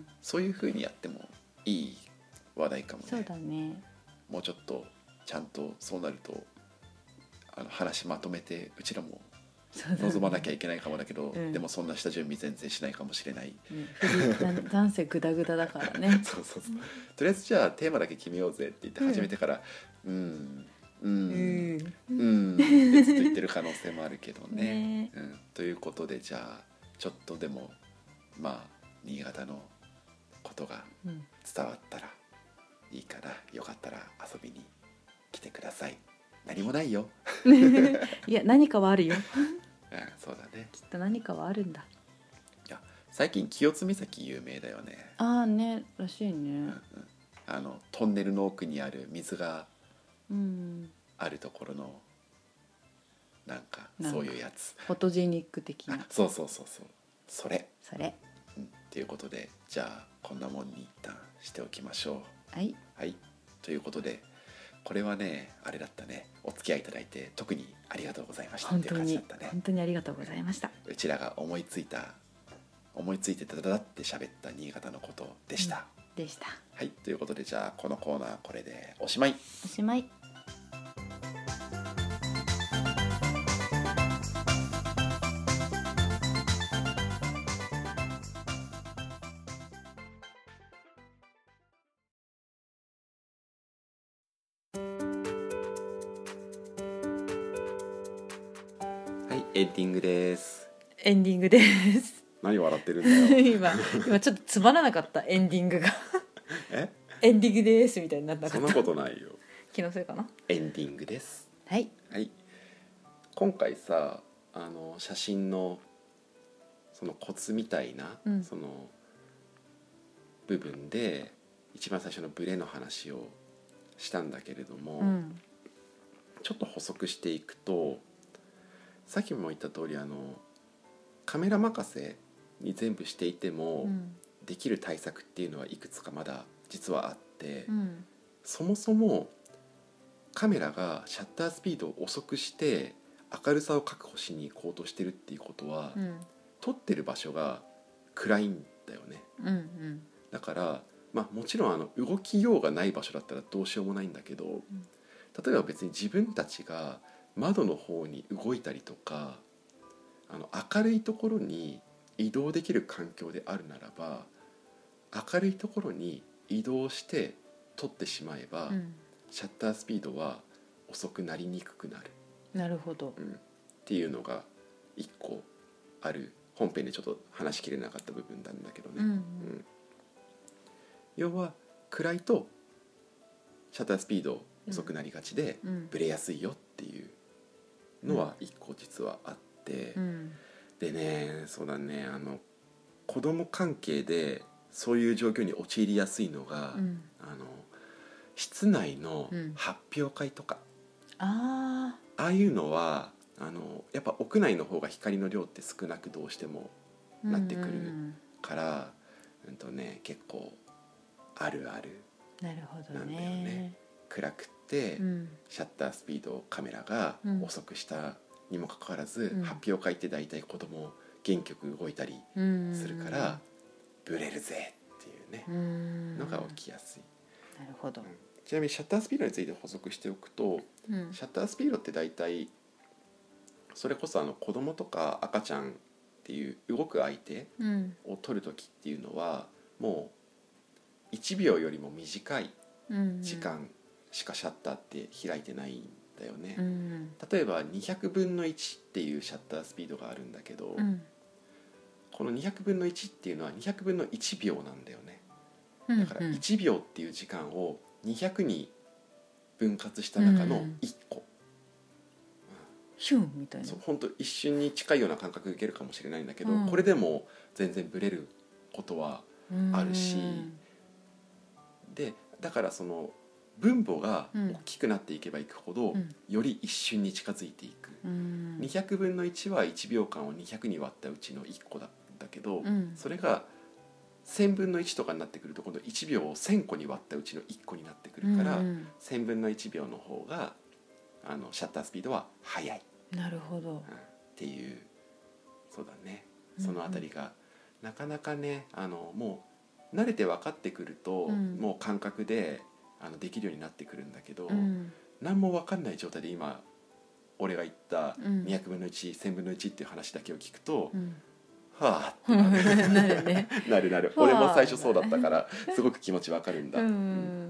そういう風にやってもいい話題かもね。 そうだね、 もうちょっとちゃんとそうなるとあの話まとめてうちらもそうだね望まなきゃいけないかもだけど、 うんでもそんな下準備全然しないかもしれない、 うん、振りなんせグダグダだからねそうそうそう、とりあえずじゃあテーマだけ決めようぜって言って始めてからうんうんうんうんってずっと言ってる可能性もあるけどねね、 うん、ということでじゃあちょっとでもまあ新潟のことがうん伝わったらいいかな。よかったら遊びに来てください。何もないよいや何かはあるよ、 うん、そうだね。 きっと何かはあるんだ。 いや最近清津岬有名だよね。 ああね、らしいうんうね、 ん、あのトンネルの奥にある水がうん、 あるところのなんかなんかそういうやつ。 フォトジェニック的な、 あそうそうそうそうそれ、 それ、 うん、っていうことでじゃあこんなもんに一旦しておきましょう。 はい、 はい、ということでこれはねあれだったね、お付き合いいただいて特にありがとうございましたっていう本当に感じだったね。 本当にありがとうございました。 うちらが思いついた思いついてダダダって喋った新潟のことでした、 うん、でした。 はい、ということでじゃあこのコーナーこれでおしまい。 おしまい。 はい、エンディングです。 エンディングです何笑ってるんだよ今今ちょっとつまらなかったエンディングがえエンディングですみたいになったかった。 そんなことないよ。 気のせいかな。 エンディングです。 はい、 はい、今回さあの写真のそのコツみたいな、 うん、 その部分で一番最初のブレの話をしたんだけれども、 うん、 ちょっと補足していくと、さっきも言った通りあのカメラ任せに全部していても、 うん、 できる対策っていうのはいくつかまだ実はあって、 うん、 そもそもカメラがシャッタースピードを遅くして明るさを確保しに行こうとしてるっていうことは、 うん、 撮ってる場所が暗いんだよね。 うん、うん、 だから、まあ、もちろんあの動きようがない場所だったらどうしようもないんだけど、例えば別に自分たちが窓の方に動いたりとか、あの明るいところに移動できる環境であるならば、明るいところに移動して撮ってしまえば、 うん、 シャッタースピードは遅くなりにくくなる、 なるほど、 うん、っていうのが一個ある。本編でちょっと話しきれなかった部分なんだけどね、 うんうんうん要は暗いとシャッタースピード遅くなりがちで、 うん、 ブレやすいよっていうのは一個実はあって、 うん、 でね、そうだね、あの子供関係でそういう状況に陥りやすいのが、 うん、 あの室内の発表会とか、 うん、あああいうのはあのやっぱ屋内の方が光の量って少なくどうしてもなってくるから、うん、うんとね、結構あるあるなるほどなんだよね。 ね。 暗くって、 うん、 シャッタースピードをカメラが遅くしたにもかかわらず、 うん、 発表会って大体子供原曲動いたりするから、うん、ブレるぜっていうね、うん、のが起きやすい。 なるほど、うん、 ちなみにシャッタースピードについて補足しておくと、うん、シャッタースピードって大体それこそあの子供とか赤ちゃんっていう動く相手を撮るときっていうのは、もういちびょうよりも短い時間しかシャッターって開いてないんだよね、うん、例えばにひゃくぶんのいちっていうシャッタースピードがあるんだけど、うん、このにひゃくぶんのいちっていうのはにひゃくぶんのいちびょうなんだよね。だからいちびょうっていう時間をにひゃくに分割した中のいっこ、 ヒュンみたいな、 そう本当一瞬に近いような感覚でいけるかもしれないんだけど、うん、これでも全然ブレることはあるし、でだからその分母が大きくなっていけばいくほど、うん、より一瞬に近づいていく、うん、にひゃくぶんのいちはいちびょうかんをにひゃくに割ったうちのいっこだったけど、うん、それがせんぶんのいちとかになってくると今度いちびょうをせんこに割ったうちのいっこになってくるから、うん、せんぶんのいちびょうの方があのシャッタースピードは速い。 なるほど、うん、 っていう、そうだね、そのあたりが、うんうん、なかなかね、あのもう慣れて分かってくると、うん、もう感覚であのできるようになってくるんだけど、うん、何も分かんない状態で今俺が言ったにひゃくぶんのいち、せんぶんのいちっていう話だけを聞くと、うん、はぁってなるねなるなる俺も最初そうだったからすごく気持ち分かるんだ、うんうん、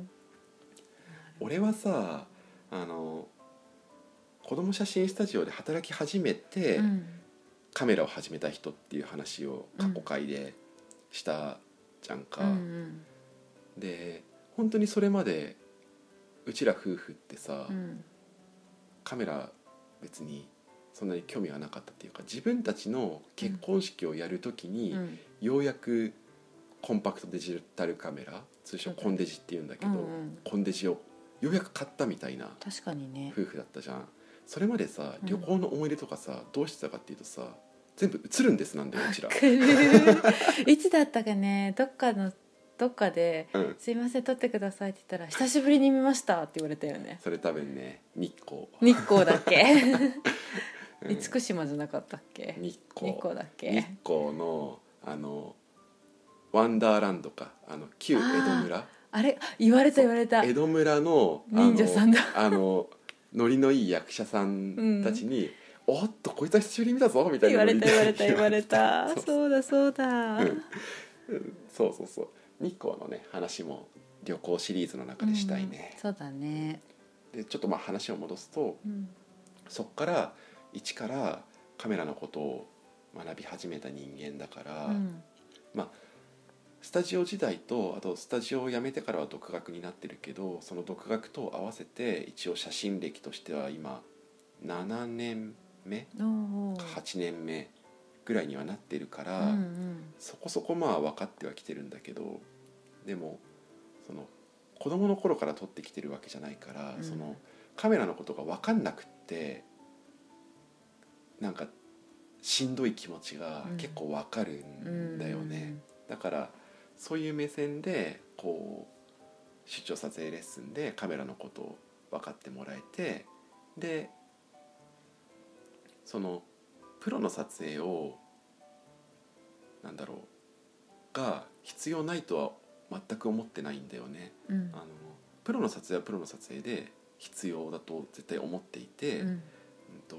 俺はさ、あの子ども写真スタジオで働き始めて、うん、カメラを始めた人っていう話を過去回でしたじゃんか、うんうん、で本当にそれまでうちら夫婦ってさ、うん、カメラ別にそんなに興味がなかったっていうか、自分たちの結婚式をやるときに、うん、ようやくコンパクトデジタルカメラ、通称コンデジっていうんだけど、うんうん、コンデジをようやく買ったみたいな夫婦だったじゃん。それまでさ、旅行の思い出とかさ、うん、どうしてたかっていうとさ、全部映るんですなんだようちらいつだったかね、どっかのどっかで、うん、すいません撮ってくださいって言ったら久しぶりに見ましたって言われたよね。 それ多分ね、日光日光だっけ厳島じゃなかったっけ。 日光日光だっけ。 日光のあのワンダーランドか、あの旧江戸村、 あれ言われた言われた、 江戸村の忍者さんだ、 あのノリのいい役者さんたちに、うん、おっとこいつは久しぶりに見たぞみたいな言われた言われた言われたそうそうだそうだ、うん、 そうそうそう、日光のね話も旅行シリーズの中でしたいね、 うん、そうだね。 でちょっとまあ話を戻すと、うん、そっから一からカメラのことを学び始めた人間だから、うん、まあスタジオ時代とあとスタジオを辞めてからは独学になってるけど、その独学と合わせて一応写真歴としては今ななねんめはちねんめぐらいにはなってるから、うんうん、そこそこまあ分かってはきてるんだけど、でもその子供の頃から撮ってきてるわけじゃないから、うん、そのカメラのことが分かんなくってなんかしんどい気持ちが結構分かるんだよね、うん、だからそういう目線でこう出張撮影レッスンでカメラのことを分かってもらえて、でそのプロの撮影をなんだろうが必要ないとは全く思ってないんだよね、うん、あのプロの撮影はプロの撮影で必要だと絶対思っていて、うん、 と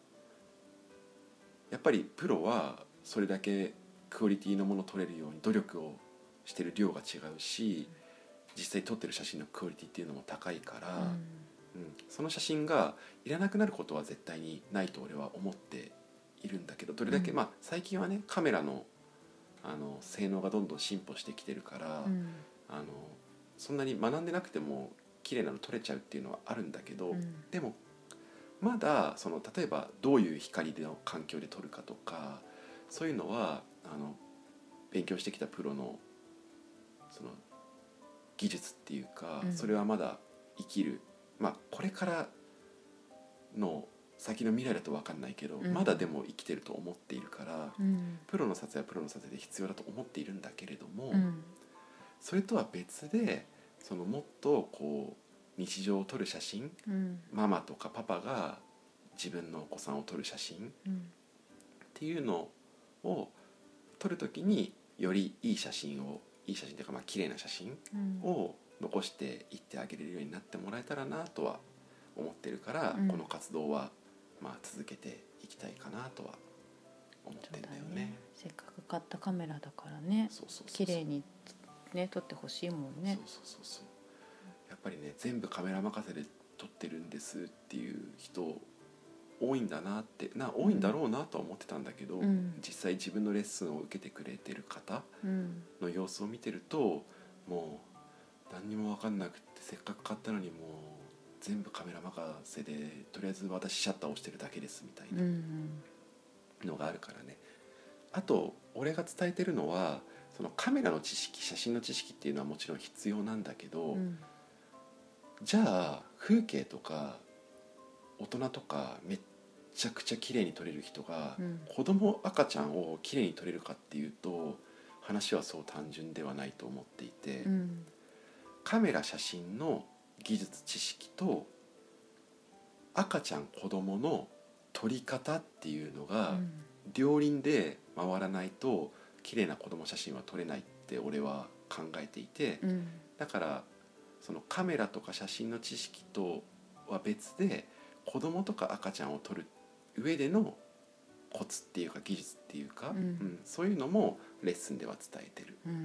やっぱりプロはそれだけクオリティのものを撮れるように努力をしてる量が違うし、実際撮ってる写真のクオリティっていうのも高いから、うんうん、その写真がいらなくなることは絶対にないと俺は思っているんだけど、どれだけ、うん、まあ最近はねカメラのあの性能がどんどん進歩してきてるから、うん、あのそんなに学んでなくても綺麗なの撮れちゃうっていうのはあるんだけど、うん、でもまだその例えばどういう光の環境で撮るかとかそういうのはあの勉強してきたプロのその技術っていうか、うん、それはまだ生きる、まあこれからの先の未来だと分かんないけど、うん、まだでも生きてると思っているから、うん、プロの撮影はプロの撮影で必要だと思っているんだけれども、うん、それとは別でそのもっとこう日常を撮る写真、うん、ママとかパパが自分のお子さんを撮る写真、うん、っていうのを撮るときによりいい写真をいい写真というかまあ綺麗な写真を残していってあげれるようになってもらえたらなとは思ってるから、うん、この活動はまあ続けていきたいかなとは思ってるんだよ ね, ねせっかく買ったカメラだからね、そうそうそうそう綺麗にね撮ってほしいもんね。 そうそうそうそうやっぱりね全部カメラ任せで撮ってるんですっていう人多いんだなってな多いんだろうなとは思ってたんだけど、うん、実際自分のレッスンを受けてくれてる方の様子を見てると、もう何にも分かんなくてせっかく買ったのにもう全部カメラ任せでとりあえず私シャッターを押してるだけですみたいなのがあるからね。あと俺が伝えてるのはそのカメラの知識写真の知識っていうのはもちろん必要なんだけど、うん、じゃあ風景とか大人とかめっちゃくちゃ綺麗に撮れる人が、うん、子供赤ちゃんを綺麗に撮れるかっていうと話はそう単純ではないと思っていて、うん、カメラ写真の技術知識と赤ちゃん子供の撮り方っていうのが両輪で回らないと綺麗な子供写真は撮れないって俺は考えていて、うん、だからそのカメラとか写真の知識とは別で子供とか赤ちゃんを撮る上でのコツっていうか技術っていうか、うんうん、そういうのもレッスンでは伝えてる、うんうん、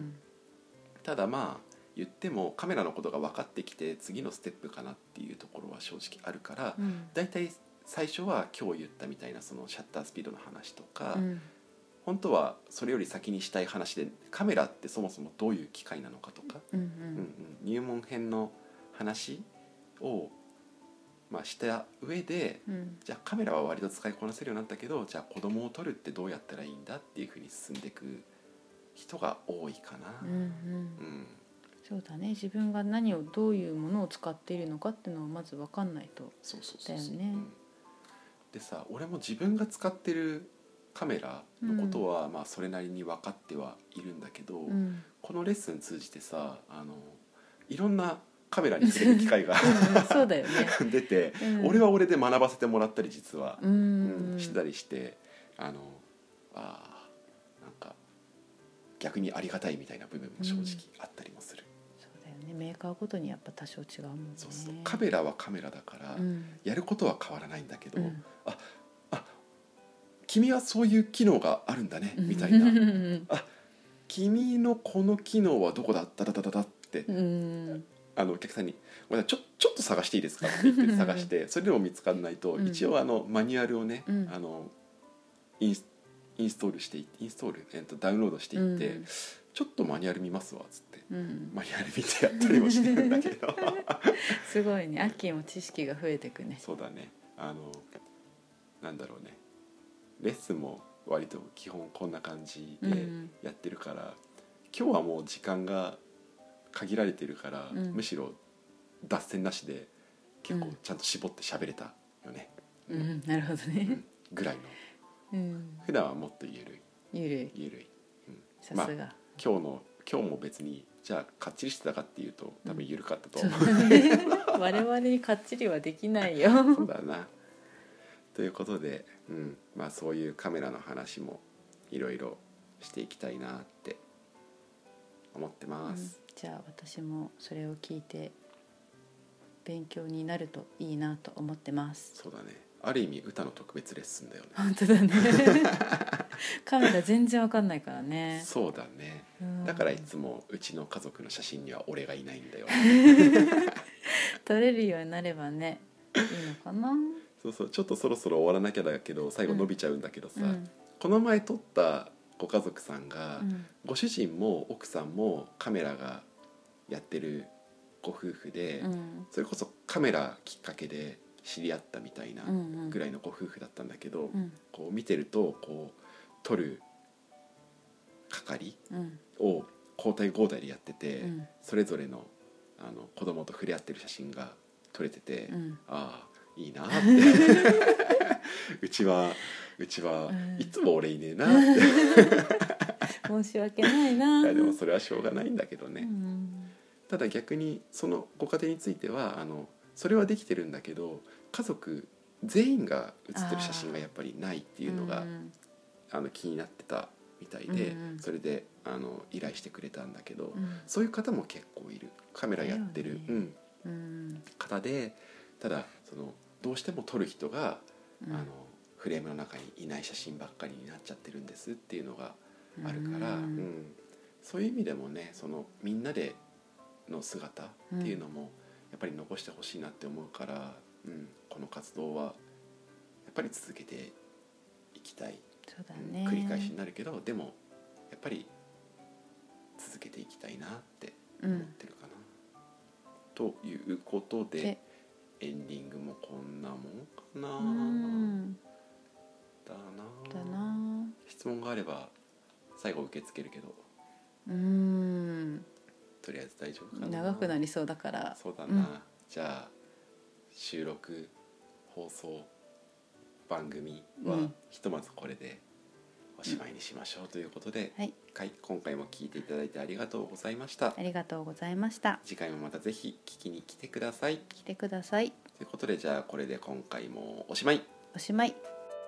ただまあ言ってもカメラのことが分かってきて次のステップかなっていうところは正直あるから、うん、だいたい最初は今日言ったみたいなそのシャッタースピードの話とか、うん、本当はそれより先にしたい話でカメラってそもそもどういう機械なのかとか、うんうんうん、入門編の話をまあした上で、うん、じゃあカメラは割と使いこなせるようになったけどじゃあ子供を撮るってどうやったらいいんだっていうふうに進んでいく人が多いかな、うんうんうん、 そうだね自分が何をどういうものを使っているのかっていうのをまず分かんないとだよね。 でさ俺も自分が使ってるカメラのことは、うん、まあそれなりに分かってはいるんだけど、うん、このレッスン通じてさあのいろんなカメラに触れる機会がそうだよね出て、うん、俺は俺で学ばせてもらったり実は、うん、してたりしてあのあなんか逆にありがたいみたいな部分も正直あったりもする、 うん、そうだよねメーカーごとにやっぱ多少違うもんね。 そうそうカメラはカメラだから、うん、やることは変わらないんだけど、うん、ああ君はそういう機能があるんだねみたいなあ君のこの機能はどこだっただだだだって、うんあのお客さんにちょ、ちょっと探していいですかって言って探してそれでも見つからないと、うん、一応あのマニュアルをね、うん、あのインス、インストールしてインストール、えー、とダウンロードしていって、うん、ちょっとマニュアル見ますわっつって、うん、マニュアル見てやったりもしてるんだけどすごいねアッキーも知識が増えてくね。 そうだねあのなんだろうねレッスンも割と基本こんな感じでやってるから、うん、今日はもう時間が限られてるから、うん、むしろ脱線なしで結構ちゃんと絞って喋れたよね、 うんうん、なるほどね、うん、 ぐらいの、うん、普段はもっとゆるいゆるいゆるい、 うん、さすが、まあ、 今日の今日も別にじゃあかっちりしてたかっていうと多分ゆるかったと思う、 うん、我々にかっちりはできないよそうだなということで、うんまあ、そういうカメラの話もいろいろしていきたいなって思ってます、 うん、じゃあ私もそれを聞いて勉強になるといいなと思ってます。 そうだねある意味歌の特別レッスンだよね。 本当だねカメラ全然わかんないからね。 そうだね、うん、だからいつもうちの家族の写真には俺がいないんだよ撮れるようになればねいいのかな。 そうそう、ちょっとそろそろ終わらなきゃだけど最後伸びちゃうんだけどさ、 うん、 この前撮ったご家族さんが、 うん、 ご主人も奥さんもカメラがやってるご夫婦で、うん、それこそカメラきっかけで知り合ったみたいなぐらいのご夫婦だったんだけど、うん、こう見てるとこう撮る係を交代交代でやってて、うん、それぞれの、あの子供と触れ合ってる写真が撮れてて、うん、ああいいなってうちはうちはいつも俺いねえなって申し訳ないな。 いやでもそれはしょうがないんだけどね、うん、ただ逆にそのご家庭についてはあのそれはできてるんだけど家族全員が写ってる写真がやっぱりないっていうのが、うん、あの気になってたみたいで、うん、それであの依頼してくれたんだけど、うん、そういう方も結構いる。カメラやってる、ねうんうん、方で、ただそのどうしても撮る人が、うん、あのフレームの中にいない写真ばっかりになっちゃってるんですっていうのがあるから、うんうん、そういう意味でもねそのみんなでの姿っていうのもやっぱり残してほしいなって思うから、うん、この活動はやっぱり続けていきたい。 そうだね、 うん、繰り返しになるけどでもやっぱり続けていきたいなって思ってるかな、うん、ということでエンディングもこんなもんかな、うん、だなだな。 質問があれば最後受け付けるけど、 うーんとりあえず大丈夫かな。 長くなりそうだから。 そうだな、うん、じゃあ収録放送番組はひとまずこれでおしまいにしましょうということで、うんはいはい、今回も聞いていただいてありがとうございました。 ありがとうございました。 次回もまたぜひ聞きに来てください。 来てくださいということでじゃあこれで今回もおしまい。 おしまい。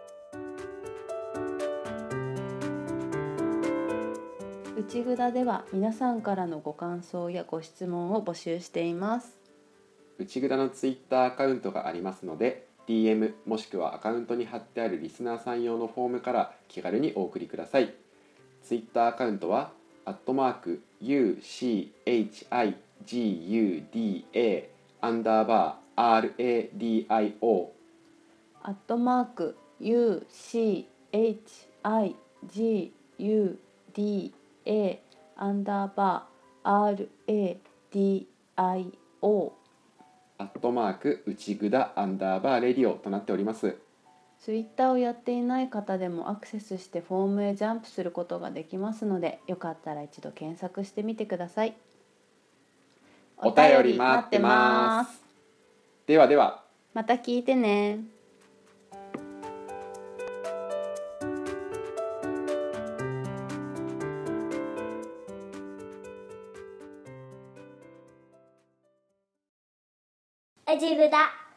内ぐだでは皆さんからのご感想やご質問を募集しています。 内ぐだのツイッターアカウントがありますのでディーエム もしくはアカウントに貼ってあるリスナーさん用のフォームから気軽にお送りください。ツイッターアカウントはアットマーク ユーシーエイチアイジーユーディーエー アンダーバー アールエーディーアイオーアットマーク ユーシーエイチアイジーユーディーエー アンダーバー アールエーディーアイオーアットマーク内ぐだアンダーバーレディオとなっております。 ツイッターをやっていない方でもアクセスしてフォームへジャンプすることができますのでよかったら一度検索してみてください。 お便り待ってます。ではではまた聞いてね。 内ぐだ。